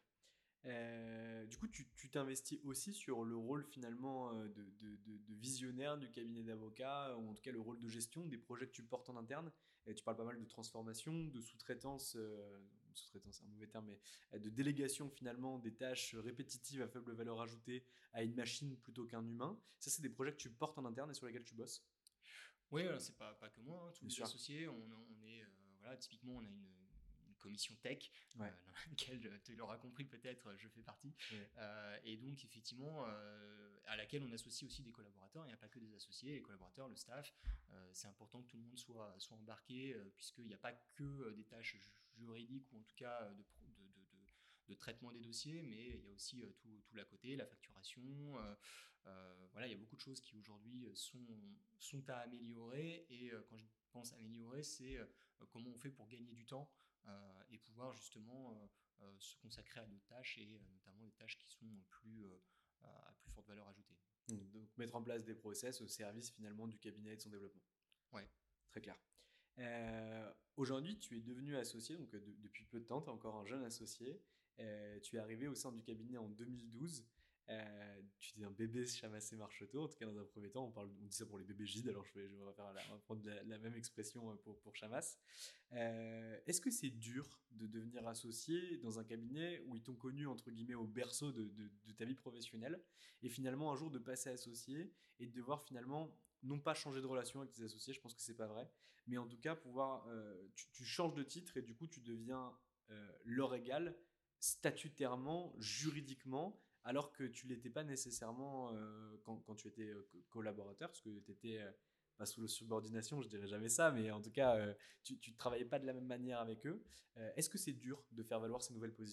Euh, du coup, tu, tu t'investis aussi sur le rôle finalement de, de, de, de visionnaire du cabinet d'avocats, ou en tout cas le rôle de gestion des projets que tu portes en interne. Et tu parles pas mal de transformation, de sous-traitance, euh, sous-traitance c'est un mauvais terme, mais de délégation finalement des tâches répétitives à faible valeur ajoutée à une machine plutôt qu'un humain. Ça, c'est des projets que tu portes en interne et sur lesquels tu bosses? Oui, alors c'est pas, pas que moi, hein, tous Bien les sûr. associés, on, on est, euh, voilà, typiquement on a une commission tech, ouais. euh, dans laquelle, tu l'auras compris peut-être, je fais partie. Ouais. Euh, et donc, effectivement, euh, à laquelle on associe aussi des collaborateurs. Il n'y a pas que des associés, les collaborateurs, le staff. Euh, c'est important que tout le monde soit, soit embarqué, euh, puisqu'il n'y a pas que des tâches juridiques ou en tout cas de, de, de, de, de traitement des dossiers, mais il y a aussi euh, tout, tout l'à côté, la facturation. Euh, euh, voilà, il y a beaucoup de choses qui aujourd'hui sont, sont à améliorer. Et euh, quand je pense améliorer, c'est euh, comment on fait pour gagner du temps. Euh, et pouvoir justement euh, euh, se consacrer à d'autres tâches et euh, notamment des tâches qui sont plus, euh, à plus forte valeur ajoutée. Donc mettre en place des process au service finalement du cabinet et de son développement. Ouais. Très clair. Euh, aujourd'hui, tu es devenu associé, donc de, depuis peu de temps, tu es encore un jeune associé. Euh, tu es arrivé au sein du cabinet en deux mille douze. Euh, tu es un bébé Chamassé Marcheteau, en tout cas dans un premier temps, on, parle, on dit ça pour les bébés Gide, alors je vais, je vais refaire la, on va prendre la, la même expression pour, pour Chamas. Euh, est-ce que c'est dur de devenir associé dans un cabinet où ils t'ont connu entre guillemets au berceau de, de, de ta vie professionnelle et finalement un jour de passer associé et de devoir finalement non pas changer de relation avec tes associés, je pense que c'est pas vrai, mais en tout cas pouvoir, euh, tu, tu changes de titre et du coup tu deviens euh, leur égal statutairement, juridiquement, alors que tu ne l'étais pas nécessairement euh, quand, quand tu étais euh, collaborateur, parce que tu étais, euh, pas sous la subordination, je dirais jamais ça, mais en tout cas, euh, tu ne travaillais pas de la même manière avec eux. Euh, est-ce que c'est dur de faire valoir ces nouvelles positions ?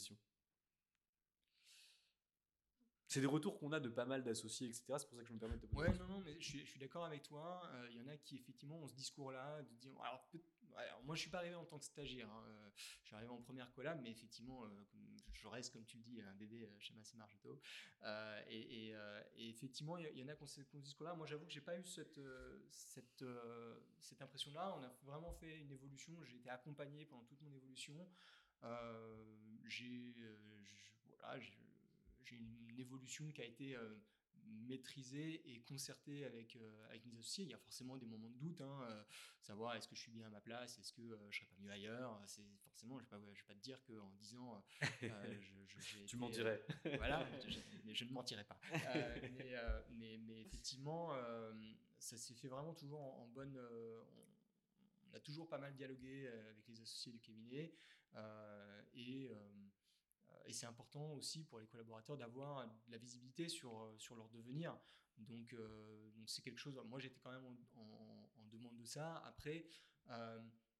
C'est des retours qu'on a de pas mal d'associés, et cetera. C'est pour ça que je me permets de te poser. Ouais, non, non, mais je suis, je suis d'accord avec toi. Il euh, y en a qui, effectivement, ont ce discours-là de dire. Alors, alors moi, je suis pas arrivé en tant que stagiaire. Hein. Je suis arrivé en première collab, mais effectivement, euh, je reste, comme tu le dis, un bébé chez Chamassé Marcheteau. Euh, et, et, euh, et effectivement, il y, y en a qui ont ce, qui ont ce discours-là. Moi, j'avoue que j'ai pas eu cette, cette, euh, cette impression-là. On a vraiment fait une évolution. J'ai été accompagné pendant toute mon évolution. Euh, j'ai, euh, je, voilà, je, j'ai une évolution qui a été euh, maîtrisée et concertée avec, euh, avec mes associés. Il y a forcément des moments de doute, hein, euh, savoir est-ce que je suis bien à ma place, est-ce que euh, je serais pas mieux ailleurs. C'est forcément, je ne vais, vais pas te dire qu'en dix ans, euh, je, je, j'ai tu été, mentirais. Euh, voilà, je, je, je ne mentirais pas. Euh, mais, euh, mais, mais effectivement, euh, ça s'est fait vraiment toujours en, en bonne... Euh, on, on a toujours pas mal dialogué avec les associés du cabinet euh, et... Euh, Et c'est important aussi pour les collaborateurs d'avoir de la visibilité sur, sur leur devenir. Donc, euh, donc c'est quelque chose. Moi, j'étais quand même en, en, en demande de ça. Après, euh,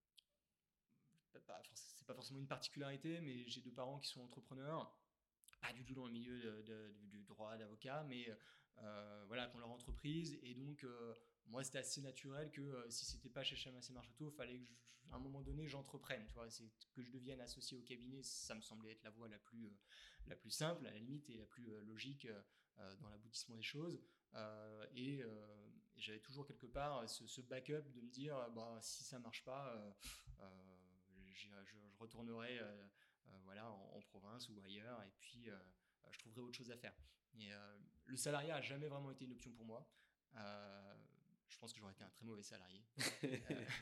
c'est pas forcément une particularité, mais j'ai deux parents qui sont entrepreneurs, pas du tout dans le milieu de, de, de, du droit d'avocat, mais euh, voilà, qui ont leur entreprise. Et donc, euh, moi, c'était assez naturel que euh, si c'était pas chez Chamassé Marcheteau, il fallait qu'à un moment donné, j'entreprenne. Tu vois, c'est que je devienne associé au cabinet, ça me semblait être la voie la plus, euh, la plus simple, à la limite, et la plus euh, logique euh, dans l'aboutissement des choses. Euh, et, euh, et j'avais toujours quelque part ce, ce backup de me dire, bah, si ça marche pas, euh, euh, je, je, je retournerai euh, euh, voilà, en, en province ou ailleurs, et puis euh, je trouverai autre chose à faire. Et, euh, le salariat n'a jamais vraiment été une option pour moi. Euh, je pense que j'aurais été un très mauvais salarié. euh,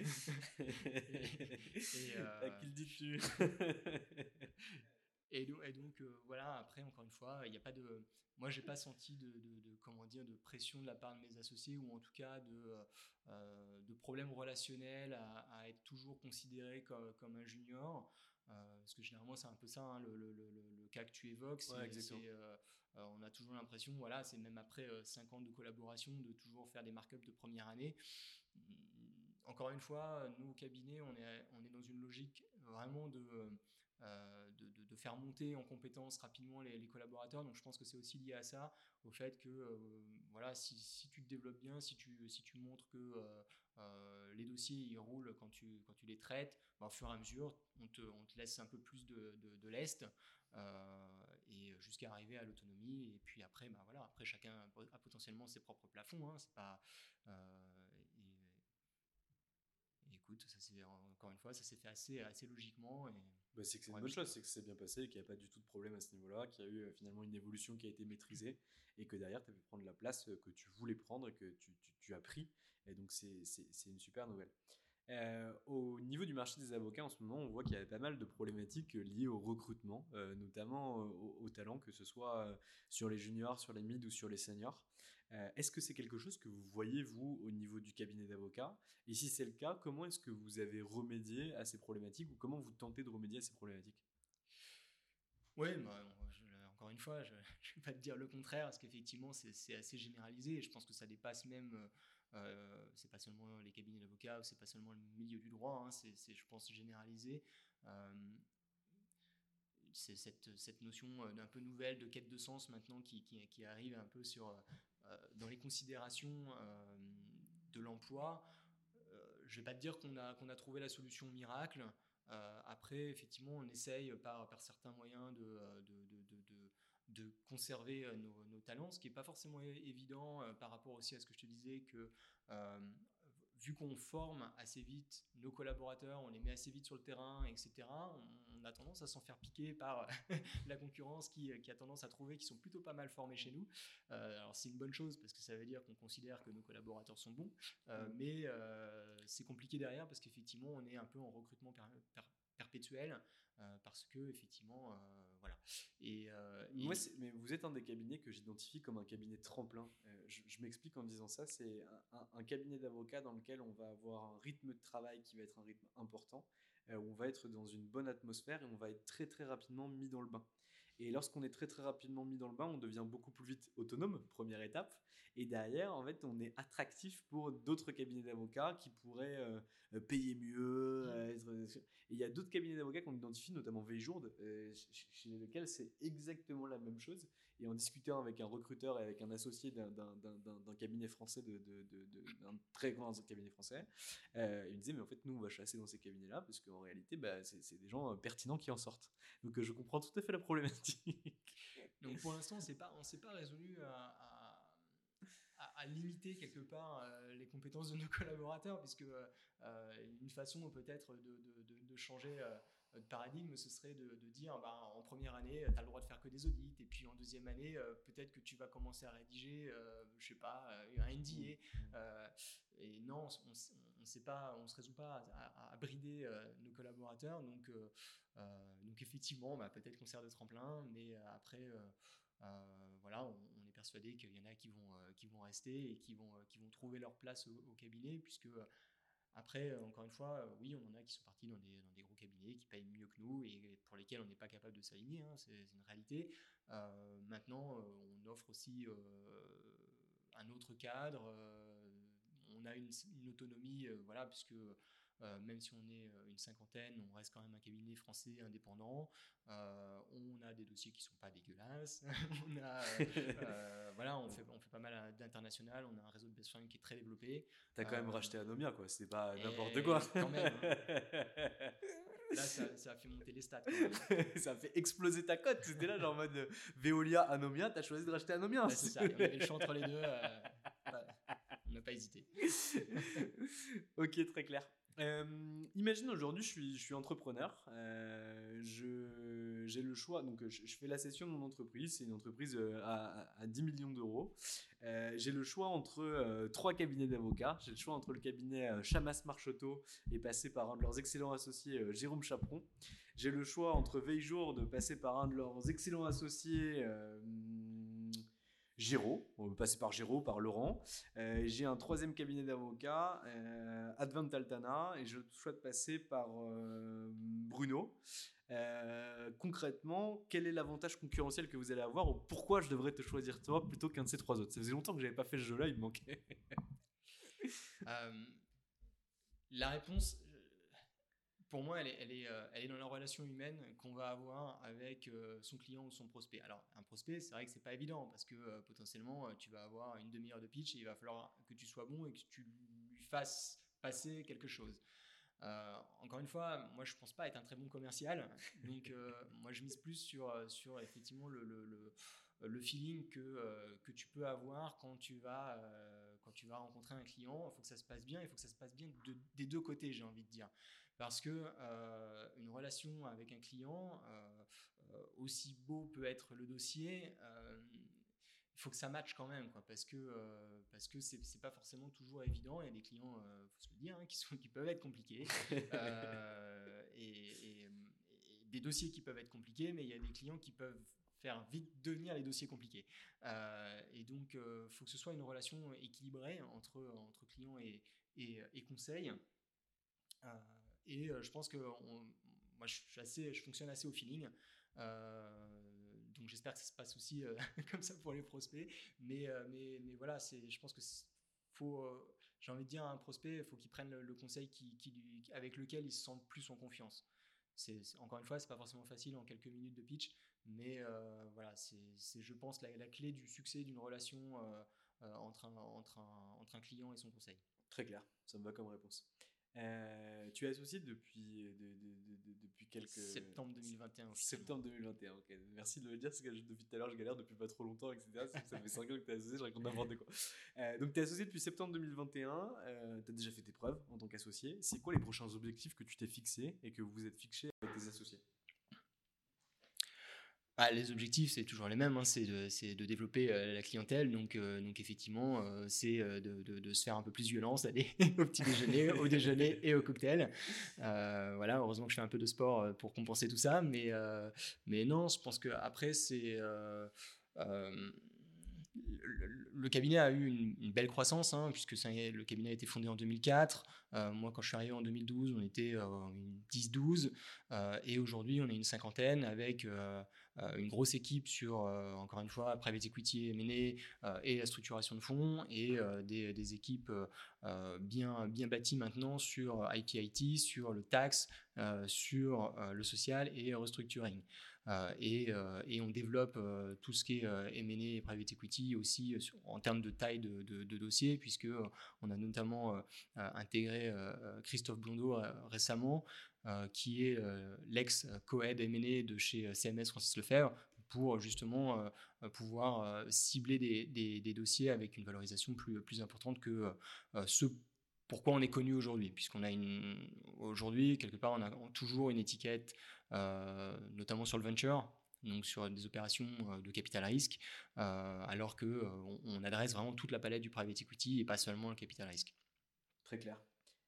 et, et, euh, à qui le dis-tu? Et donc, et donc euh, voilà, après, encore une fois, il n'y a pas de... Moi, je n'ai pas senti de, de, de, comment dire, de pression de la part de mes associés, ou en tout cas de, euh, de problèmes relationnels à, à être toujours considéré comme, comme un junior. Euh, parce que généralement, c'est un peu ça, hein, le, le, le, le cas que tu évoques. C'est, ouais, c'est, euh, euh, on a toujours l'impression, voilà, c'est même après euh, cinq ans de collaboration, de toujours faire des markups de première année. Encore une fois, nous, au cabinet, on est, on est dans une logique vraiment de... Euh, de, de, de faire monter en compétences rapidement les, les collaborateurs. Donc je pense que c'est aussi lié à ça, au fait que euh, voilà, si, si tu te développes bien, si tu, si tu montres que euh, euh, les dossiers ils roulent quand tu, quand tu les traites, bah, au fur et à mesure on te, on te laisse un peu plus de, de, de lest, euh, et jusqu'à arriver à l'autonomie. Et puis après, bah, voilà, après chacun a potentiellement ses propres plafonds, hein, c'est pas, euh, et, écoute, ça s'est, encore une fois, ça s'est fait assez, assez logiquement. Et bah, c'est que c'est une bonne chose, c'est que c'est bien passé, qu'il n'y a pas du tout de problème à ce niveau-là, qu'il y a eu euh, finalement une évolution qui a été maîtrisée, et que derrière, tu as pu prendre la place que tu voulais prendre et que tu, tu, tu as pris. Et donc, c'est, c'est, c'est une super nouvelle. Euh, au niveau du marché des avocats, en ce moment, on voit qu'il y a pas mal de problématiques liées au recrutement, euh, notamment euh, au, au talent, que ce soit euh, sur les juniors, sur les mids ou sur les seniors. Euh, est-ce que c'est quelque chose que vous voyez, vous, au niveau du cabinet d'avocats? Et si c'est le cas, comment est-ce que vous avez remédié à ces problématiques, ou comment vous tentez de remédier à ces problématiques? Oui, bah, je, encore une fois, je ne vais pas te dire le contraire, parce qu'effectivement, c'est, c'est assez généralisé, et je pense que ça dépasse même... Euh, c'est pas seulement les cabinets d'avocats, ou c'est pas seulement le milieu du droit, hein, c'est, c'est, je pense, généralisé. Euh, c'est cette, cette notion d'un peu nouvelle de quête de sens maintenant qui, qui, qui arrive un peu sur, euh, dans les considérations euh, de l'emploi. Euh, je vais pas te dire qu'on a, qu'on a trouvé la solution miracle. Euh, après, effectivement, on essaye par, par certains moyens de, de, de, de, de de conserver nos, nos talents, ce qui n'est pas forcément évident euh, par rapport aussi à ce que je te disais, que euh, vu qu'on forme assez vite nos collaborateurs, on les met assez vite sur le terrain, et cetera, on, on a tendance à s'en faire piquer par la concurrence qui, qui a tendance à trouver qu'ils sont plutôt pas mal formés chez nous. Euh, alors c'est une bonne chose, parce que ça veut dire qu'on considère que nos collaborateurs sont bons, euh, mais euh, c'est compliqué derrière, parce qu'effectivement, on est un peu en recrutement per, per, perpétuel, euh, parce que effectivement euh, voilà. Et, euh, et... Moi, c'est, mais vous êtes un des cabinets que j'identifie comme un cabinet tremplin. Euh, je, je m'explique en disant ça. C'est un, un, un cabinet d'avocats dans lequel on va avoir un rythme de travail qui va être un rythme important, euh, où on va être dans une bonne atmosphère et on va être très très rapidement mis dans le bain. Et lorsqu'on est très très rapidement mis dans le bain, on devient beaucoup plus vite autonome, première étape. Et derrière, en fait, on est attractif pour d'autres cabinets d'avocats qui pourraient euh, payer mieux. Euh, être... Et il y a d'autres cabinets d'avocats qu'on identifie, notamment Veiljourde, euh, chez lesquels c'est exactement la même chose. Et en discutant avec un recruteur et avec un associé d'un, d'un, d'un, d'un cabinet français, de, de, de, de, d'un très grand cabinet français, euh, il me disait, mais en fait, nous, on va chasser dans ces cabinets-là parce qu'en réalité, bah, c'est, c'est des gens pertinents qui en sortent. Donc, euh, je comprends tout à fait la problématique. Donc pour l'instant, on pas, ne s'est pas résolu à, à, à, à limiter quelque part euh, les compétences de nos collaborateurs, puisque euh, une façon peut-être de, de, de, de changer euh, de paradigme, ce serait de, de dire bah, en première année, tu as le droit de faire que des audits, et puis en deuxième année, euh, peut-être que tu vas commencer à rédiger, euh, je sais pas, un N D A. Euh, et non, on ne se résout pas à, à brider euh, nos collaborateurs. Donc, euh, euh, donc effectivement, bah, peut-être qu'on sert de tremplin, mais après, euh, euh, voilà, on, on est persuadé qu'il y en a qui vont, euh, qui vont rester et qui vont, euh, qui vont trouver leur place au, au cabinet, puisque euh, après, encore une fois, euh, oui, on en a qui sont partis dans des, dans des gros cabinets qui payent mieux que nous et pour lesquels on n'est pas capable de s'aligner, hein, c'est, c'est une réalité. Euh, maintenant, euh, on offre aussi euh, un autre cadre, euh, on a une, une autonomie, euh, voilà, puisque euh, même si on est une cinquantaine, on reste quand même un cabinet français indépendant. Euh, on a des dossiers qui sont pas dégueulasses. on a, euh, euh, voilà, on fait, on fait pas mal d'international. On a un réseau de best friends qui est très développé. T'as quand euh, même racheté Anomia, quoi. C'est pas n'importe quoi. Quand même. Hein. Là, ça, ça a fait monter les stats. Quand même. Ça a fait exploser ta cote. C'était là, genre en mode Veolia, Anomia. T'as choisi de racheter Anomia. Ouais, c'est ça. Il y avait le choix entre les deux. Euh, bah, on n'a pas hésité. Ok, très clair. Euh, imagine aujourd'hui, je suis, je suis entrepreneur. Euh, je, j'ai le choix. Donc, je, je fais la cession de mon entreprise. C'est une entreprise euh, à, à dix millions d'euros. Euh, j'ai le choix entre euh, trois cabinets d'avocats. J'ai le choix entre le cabinet euh, Chamas Marchoteau et passer par un de leurs excellents associés, euh, Jérôme Chaperon. J'ai le choix entre Veille-Jour de passer par un de leurs excellents associés. Euh, Géraud, on va passer par Géraud, par Laurent. Euh, j'ai un troisième cabinet d'avocats, euh, Advent Altana, et je souhaite passer par euh, Bruno. Euh, concrètement, quel est l'avantage concurrentiel que vous allez avoir, ou pourquoi je devrais te choisir toi plutôt qu'un de ces trois autres? Ça faisait longtemps que j'avais pas fait ce jeu-là, il me manquait. euh, la réponse, pour moi, elle est, elle, est, elle est dans la relation humaine qu'on va avoir avec son client ou son prospect. Alors, un prospect, c'est vrai que c'est pas évident parce que euh, potentiellement, tu vas avoir une demi-heure de pitch et il va falloir que tu sois bon et que tu lui fasses passer quelque chose. Euh, encore une fois, moi, je pense pas être un très bon commercial. Donc, euh, moi, je mise plus sur, sur effectivement le, le, le, le feeling que, euh, que tu peux avoir quand tu vas, euh, quand tu vas rencontrer un client. Il faut que ça se passe bien. Il faut que ça se passe bien de, des deux côtés, j'ai envie de dire. Parce que euh, une relation avec un client, euh, euh, aussi beau peut être le dossier, euh, il faut que ça matche quand même, quoi, parce que euh, parce que c'est c'est pas forcément toujours évident. Il y a des clients, euh, faut se le dire, hein, qui sont qui peuvent être compliqués, euh, et, et, et des dossiers qui peuvent être compliqués, mais il y a des clients qui peuvent faire vite devenir les dossiers compliqués. Euh, et donc, il euh, faut que ce soit une relation équilibrée entre entre client et et, et conseil. Euh, Et euh, je pense que on, moi, je, suis assez, je fonctionne assez au feeling. Euh, donc, j'espère que ça se passe aussi euh, comme ça pour les prospects. Mais, euh, mais, mais voilà, c'est, je pense que faut, euh, j'ai envie de dire à un prospect, il faut qu'il prenne le, le conseil qui, qui lui, avec lequel il se sent plus en confiance. C'est, c'est, encore une fois, ce n'est pas forcément facile en quelques minutes de pitch. Mais euh, voilà, c'est, c'est, je pense, la, la clé du succès d'une relation euh, euh, entre, un, entre, un, entre un client et son conseil. Très clair, ça me va comme réponse. Euh, tu es associé depuis, de, de, de, de, depuis quelques... Septembre deux mille vingt et un. Septembre deux mille vingt et un, ok. Merci de me le dire, parce que depuis tout à l'heure, je galère depuis pas trop longtemps, et cetera. Ça fait cinq ans que tu es associé, je raconte n'importe quoi. Euh, donc, tu es associé depuis septembre deux mille vingt et un, euh, tu as déjà fait tes preuves en tant qu'associé. C'est quoi les prochains objectifs que tu t'es fixés et que vous vous êtes fixés avec tes associés? Ah, les objectifs, c'est toujours les mêmes, hein, c'est, de, c'est de développer euh, la clientèle, donc, euh, donc effectivement, euh, c'est de, de, de se faire un peu plus violence, d'aller au petit déjeuner, au déjeuner et au cocktail. Euh, voilà, heureusement que je fais un peu de sport pour compenser tout ça, mais, euh, mais non, je pense qu'après, c'est... Euh, euh, le, le cabinet a eu une, une belle croissance, hein, puisque ça, le cabinet a été fondé en deux mille quatre. Euh, moi, quand je suis arrivé en deux mille douze, on était euh, une dix douze. Euh, et aujourd'hui, on est une cinquantaine avec euh, une grosse équipe sur, euh, encore une fois, private equity, M and A euh, et la structuration de fonds, et euh, des, des équipes euh, bien, bien bâties maintenant sur I T I T, sur le tax, euh, sur euh, le social et restructuring. Euh, et, euh, et on développe euh, tout ce qui est euh, M and A et private equity aussi euh, sur, en termes de taille de, de, de dossier, puisque euh, on a notamment euh, intégré euh, Christophe Blondeau euh, récemment, euh, qui est euh, l'ex-co-head M and A de chez C M S Francis Lefebvre, pour justement euh, pouvoir euh, cibler des, des, des dossiers avec une valorisation plus, plus importante que euh, ceux pourquoi on est connu aujourd'hui, puisqu'on a une, aujourd'hui, quelque part, on a toujours une étiquette, euh, notamment sur le venture, donc sur des opérations de capital risque, euh, alors qu'on euh, on adresse vraiment toute la palette du private equity et pas seulement le capital risque. Très clair.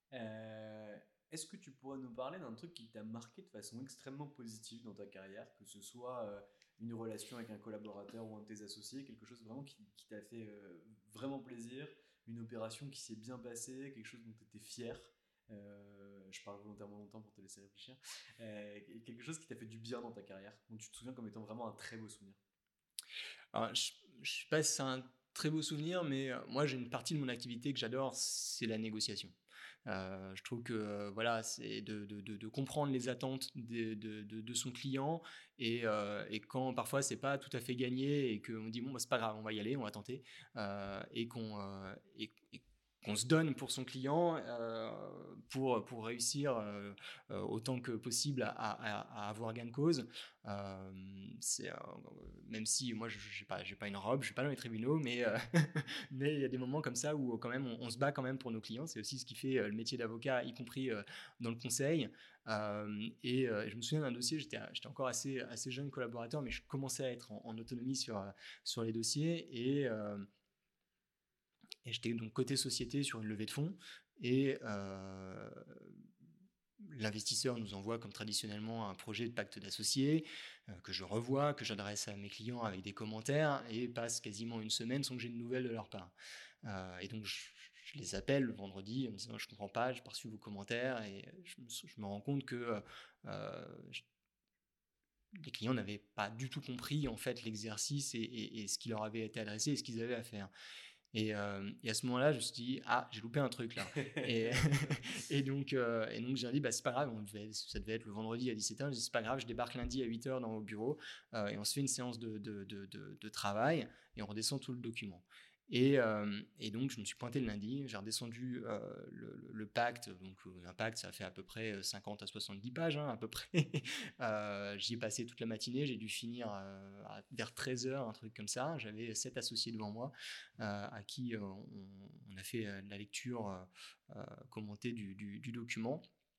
Euh, est-ce que tu pourrais nous parler d'un truc qui t'a marqué de façon extrêmement positive dans ta carrière, que ce soit euh, une relation avec un collaborateur ou un de tes associés, quelque chose vraiment qui, qui t'a fait euh, vraiment plaisir, une opération qui s'est bien passée, quelque chose dont tu étais fier, euh, je parle volontairement longtemps pour te laisser réfléchir, euh, quelque chose qui t'a fait du bien dans ta carrière, dont tu te souviens comme étant vraiment un très beau souvenir? Alors, je ne sais pas si c'est un très beau souvenir, mais moi j'ai une partie de mon activité que j'adore, c'est la négociation. Euh, je trouve que euh, voilà, c'est de, de, de, de comprendre les attentes de, de, de, de son client, et, euh, et quand parfois c'est pas tout à fait gagné et qu'on dit bon bah, c'est pas grave, on va y aller, on va tenter, euh, et qu'on euh, et, et qu'on se donne pour son client euh, pour, pour réussir euh, euh, autant que possible à, à, à avoir gain de cause. Euh, c'est, euh, même si moi je n'ai pas, j'ai pas une robe, je ne suis pas dans les tribunaux, mais euh, mais il y a des moments comme ça où quand même on, on se bat quand même pour nos clients. C'est aussi ce qui fait euh, le métier d'avocat, y compris euh, dans le conseil. Euh, et euh, je me souviens d'un dossier, j'étais, j'étais encore assez, assez jeune collaborateur, mais je commençais à être en, en autonomie sur, sur les dossiers. Et, euh, et j'étais donc côté société sur une levée de fonds. Et euh, l'investisseur nous envoie, comme traditionnellement, un projet de pacte d'associés euh, que je revois, que j'adresse à mes clients avec des commentaires et passe quasiment une semaine sans que j'ai de nouvelles de leur part. Euh, et donc, je, je les appelle le vendredi en me disant « je ne comprends pas, je n'ai pas reçu vos commentaires » et je me, je me rends compte que euh, je, les clients n'avaient pas du tout compris en fait, l'exercice et, et, et ce qui leur avait été adressé et ce qu'ils avaient à faire. Et, euh, et à ce moment-là, je me suis dit, ah, j'ai loupé un truc là. et, et donc, euh, et donc j'ai dit, bah, c'est pas grave, on devait, ça devait être le vendredi à dix-sept heures. Je dis, c'est pas grave, je débarque lundi à huit heures dans mon bureau euh, et on se fait une séance de, de, de, de, de travail et on redescend tout le document. Et, euh, et donc, je me suis pointé le lundi, j'ai redescendu euh, le, le, le pacte. Donc, un pacte, ça fait à peu près cinquante à soixante-dix pages, hein, à peu près. euh, j'y ai passé toute la matinée, j'ai dû finir euh, à, vers treize heures, un truc comme ça. J'avais sept associés devant moi euh, à qui euh, on, on a fait euh, la lecture euh, commentée du, du, du document.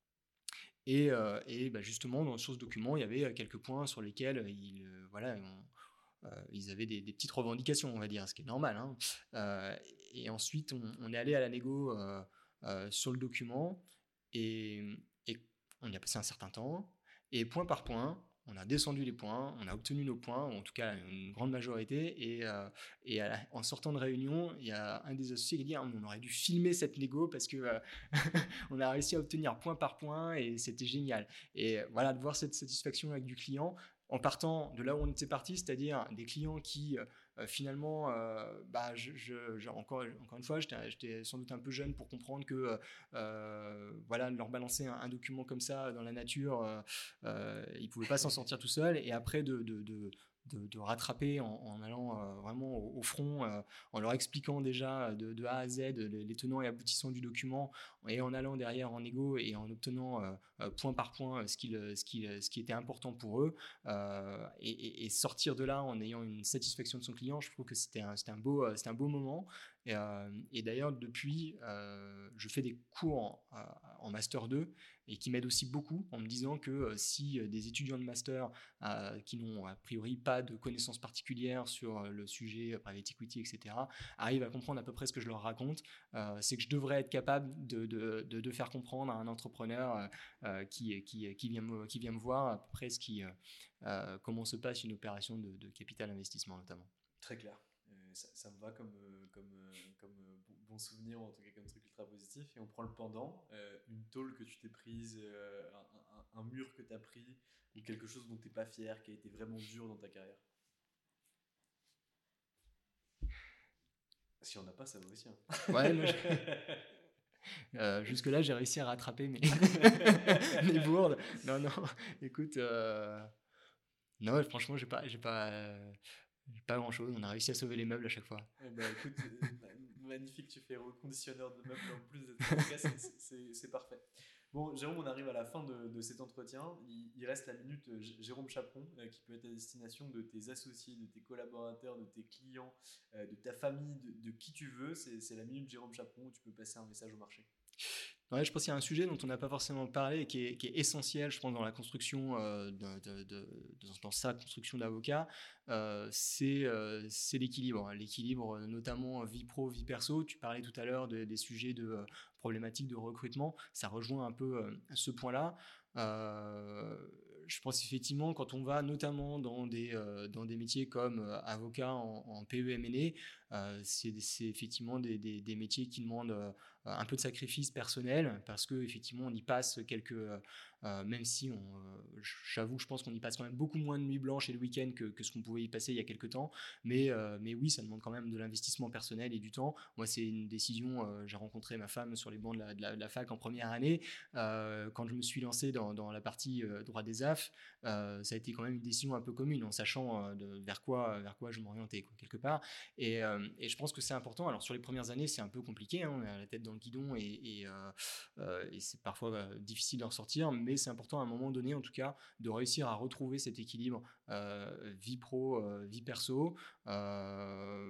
Et, euh, et bah, justement, dans, sur ce document, il y avait quelques points sur lesquels il, euh, voilà, on, Euh, ils avaient des, des petites revendications, on va dire, ce qui est normal. Hein. Euh, et ensuite, on, on est allé à la négo euh, euh, sur le document et, et on y a passé un certain temps. Et point par point, on a descendu les points, on a obtenu nos points, ou en tout cas une grande majorité. Et, euh, et à la, en sortant de réunion, il y a un des associés qui dit ah, on aurait dû filmer cette négo parce que euh, on a réussi à obtenir point par point et c'était génial. Et voilà, de voir cette satisfaction avec du client. En partant de là où on était parti, c'est-à-dire des clients qui euh, finalement, euh, bah, je, je, je, encore, encore une fois, j'étais, j'étais sans doute un peu jeune pour comprendre que euh, voilà, leur balancer un, un document comme ça dans la nature, euh, euh, ils ne pouvaient pas s'en sortir tout seuls. Et après, de, de, de De, de rattraper en, en allant euh, vraiment au, au front, euh, en leur expliquant déjà de, de A à Z les, les tenants et aboutissants du document, et en allant derrière en égo et en obtenant euh, point par point ce qui, ce qui, ce qui était important pour eux, euh, et, et, et sortir de là en ayant une satisfaction de son client, je trouve que c'était un, c'était un, beau, c'était un beau moment. Et, euh, et d'ailleurs, depuis, euh, je fais des cours en, en Master deux et qui m'aident aussi beaucoup en me disant que euh, si des étudiants de Master euh, qui n'ont a priori pas de connaissances particulières sur le sujet private equity, et cetera, arrivent à comprendre à peu près ce que je leur raconte, euh, c'est que je devrais être capable de, de, de, de faire comprendre à un entrepreneur euh, qui, qui, qui, vient me, qui vient me voir à peu près ce qui, euh, comment se passe une opération de, de capital investissement notamment. Très clair. Ça, ça me va comme, euh, comme, euh, comme euh, bon, bon souvenir, ou en tout cas comme truc ultra positif. Et on prend le pendant, euh, une tôle que tu t'es prise, euh, un, un, un mur que tu as pris, ou quelque chose dont tu n'es pas fier, qui a été vraiment dur dans ta carrière. Si on n'a pas, ça va aussi. Hein. Ouais, moi, je... euh, jusque-là, j'ai réussi à rattraper mes, mes bourdes. Non, non, écoute, euh... non, franchement, j'ai pas... J'ai pas euh... pas grand chose, on a réussi à sauver les meubles à chaque fois. Eh ben, écoute, magnifique, tu fais reconditionneur de meubles en plus d'être cas, c'est, c'est, c'est parfait. Bon, Jérôme, on arrive à la fin de, de cet entretien. Il, il reste la minute Jérôme Chaperon, euh, qui peut être à destination de tes associés, de tes collaborateurs, de tes clients, euh, de ta famille, de, de qui tu veux. C'est, c'est la minute Jérôme Chaperon où tu peux passer un message au marché. Ouais, je pense qu'il y a un sujet dont on n'a pas forcément parlé et qui est, qui est essentiel, je pense, dans la construction, euh, de, de, de, de, dans sa construction d'avocat, euh, c'est, euh, c'est l'équilibre. L'équilibre, notamment vie pro, vie perso. Tu parlais tout à l'heure de, des sujets de euh, problématiques de recrutement. Ça rejoint un peu euh, ce point-là. Euh, je pense effectivement, quand on va notamment dans des, euh, dans des métiers comme euh, avocat en, en P E M and A, euh, c'est, c'est effectivement des, des, des métiers qui demandent euh, un peu de sacrifice personnel, parce qu'effectivement on y passe quelques, euh, même si on, euh, j'avoue que je pense qu'on y passe quand même beaucoup moins de nuits blanches et de week-ends que, que ce qu'on pouvait y passer il y a quelques temps, mais, euh, mais oui, ça demande quand même de l'investissement personnel et du temps. Moi, c'est une décision, euh, j'ai rencontré ma femme sur les bancs de la, de la, de la fac en première année, euh, quand je me suis lancé dans, dans la partie euh, droit des A F, euh, ça a été quand même une décision un peu commune, en sachant euh, de, vers, quoi, vers quoi je m'orientais, quoi, quelque part, et, euh, Euh, et je pense que c'est important. Alors, sur les premières années, c'est un peu compliqué. Hein, on a la tête dans le guidon et, et, euh, euh, et c'est parfois euh, difficile d'en sortir. Mais c'est important à un moment donné, en tout cas, de réussir à retrouver cet équilibre euh, vie pro, euh, vie perso. Euh,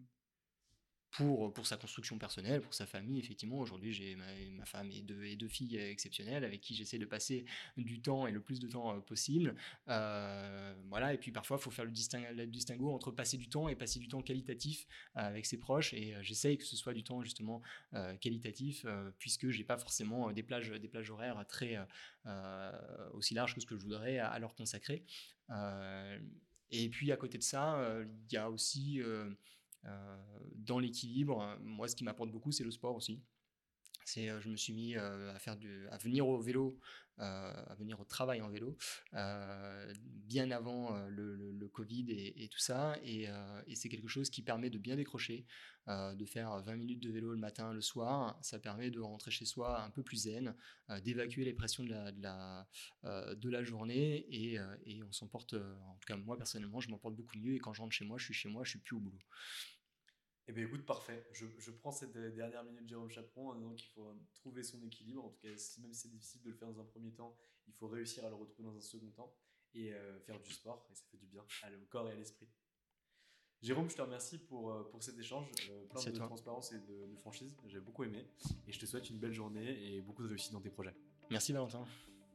Pour, pour sa construction personnelle, pour sa famille, effectivement. Aujourd'hui, j'ai ma, ma femme et deux, et deux filles exceptionnelles avec qui j'essaie de passer du temps et le plus de temps euh, possible. Euh, voilà, et puis parfois, il faut faire le, disting, le distinguo entre passer du temps et passer du temps qualitatif euh, avec ses proches. Et euh, j'essaye que ce soit du temps, justement, euh, qualitatif, euh, puisque je n'ai pas forcément des plages, des plages horaires très, euh, aussi larges que ce que je voudrais à, à leur consacrer. Euh, et puis, à côté de ça, il euh, y a aussi... Euh, Euh, dans l'équilibre, moi ce qui m'apporte beaucoup c'est le sport aussi. C'est, euh, je me suis mis euh, à, faire du, à venir au vélo, euh, à venir au travail en vélo, euh, bien avant euh, le, le, le Covid et, et tout ça, et, euh, et c'est quelque chose qui permet de bien décrocher, euh, de faire vingt minutes de vélo le matin, le soir. Ça permet de rentrer chez soi un peu plus zen, euh, d'évacuer les pressions de la, de la, euh, de la journée, et, euh, et on s'en porte, euh, en tout cas moi personnellement, je m'en porte beaucoup mieux, et quand je rentre chez moi, je suis chez moi, je suis plus au boulot. Eh bien écoute, parfait. Je, je prends cette dernière minute de Jérôme Chaperon en disant qu'il faut trouver son équilibre. En tout cas, même si c'est difficile de le faire dans un premier temps, il faut réussir à le retrouver dans un second temps et euh, faire du sport. Et ça fait du bien au corps et à l'esprit. Jérôme, je te remercie pour, pour cet échange, euh, plein de transparence et de, de franchise. J'ai beaucoup aimé. Et je te souhaite une belle journée et beaucoup de réussite dans tes projets. Merci Valentin.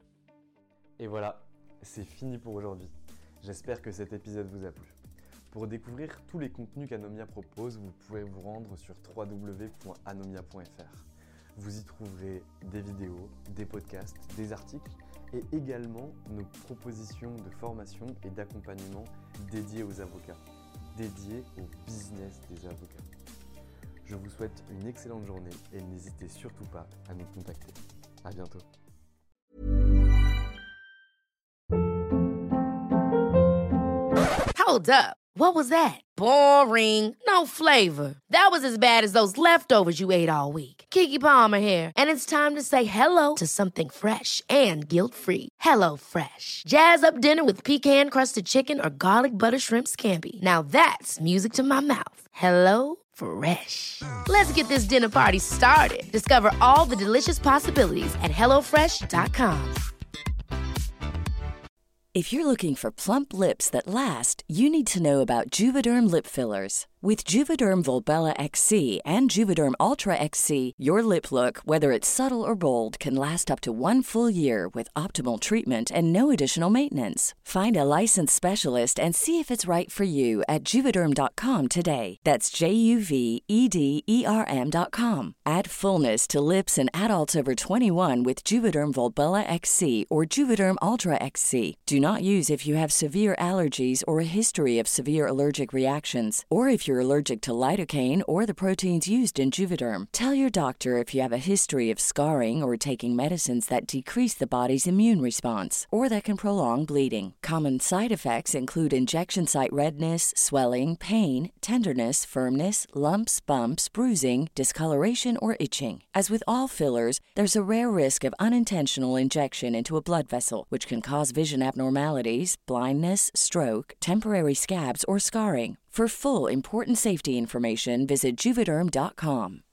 Et voilà, c'est fini pour aujourd'hui. J'espère que cet épisode vous a plu. Pour découvrir tous les contenus qu'Anomia propose, vous pouvez vous rendre sur w w w point anomia point f r. Vous y trouverez des vidéos, des podcasts, des articles et également nos propositions de formation et d'accompagnement dédiées aux avocats, dédiées au business des avocats. Je vous souhaite une excellente journée et n'hésitez surtout pas à nous contacter. À bientôt. Hold up. What was that? Boring. No flavor. That was as bad as those leftovers you ate all week. Keke Palmer here, and it's time to say hello to something fresh and guilt-free. Hello Fresh. Jazz up dinner with pecan-crusted chicken or garlic butter shrimp scampi. Now that's music to my mouth. Hello Fresh. Let's get this dinner party started. Discover all the delicious possibilities at hello fresh dot com. If you're looking for plump lips that last, you need to know about Juvederm lip fillers. With Juvederm Volbella X C and Juvederm Ultra X C, your lip look, whether it's subtle or bold, can last up to one full year with optimal treatment and no additional maintenance. Find a licensed specialist and see if it's right for you at Juvederm dot com today. That's J U V E D E R M dot com. Add fullness to lips in adults over twenty-one with Juvederm Volbella X C or Juvederm Ultra X C. Do not use if you have severe allergies or a history of severe allergic reactions, or if you're allergic to lidocaine or the proteins used in Juvederm. Tell your doctor if you have a history of scarring or taking medicines that decrease the body's immune response or that can prolong bleeding. Common side effects include injection site redness, swelling, pain, tenderness, firmness, lumps, bumps, bruising, discoloration, or itching. As with all fillers, there's a rare risk of unintentional injection into a blood vessel, which can cause vision abnormalities, blindness, stroke, temporary scabs, or scarring. For full important safety information, visit Juvederm dot com.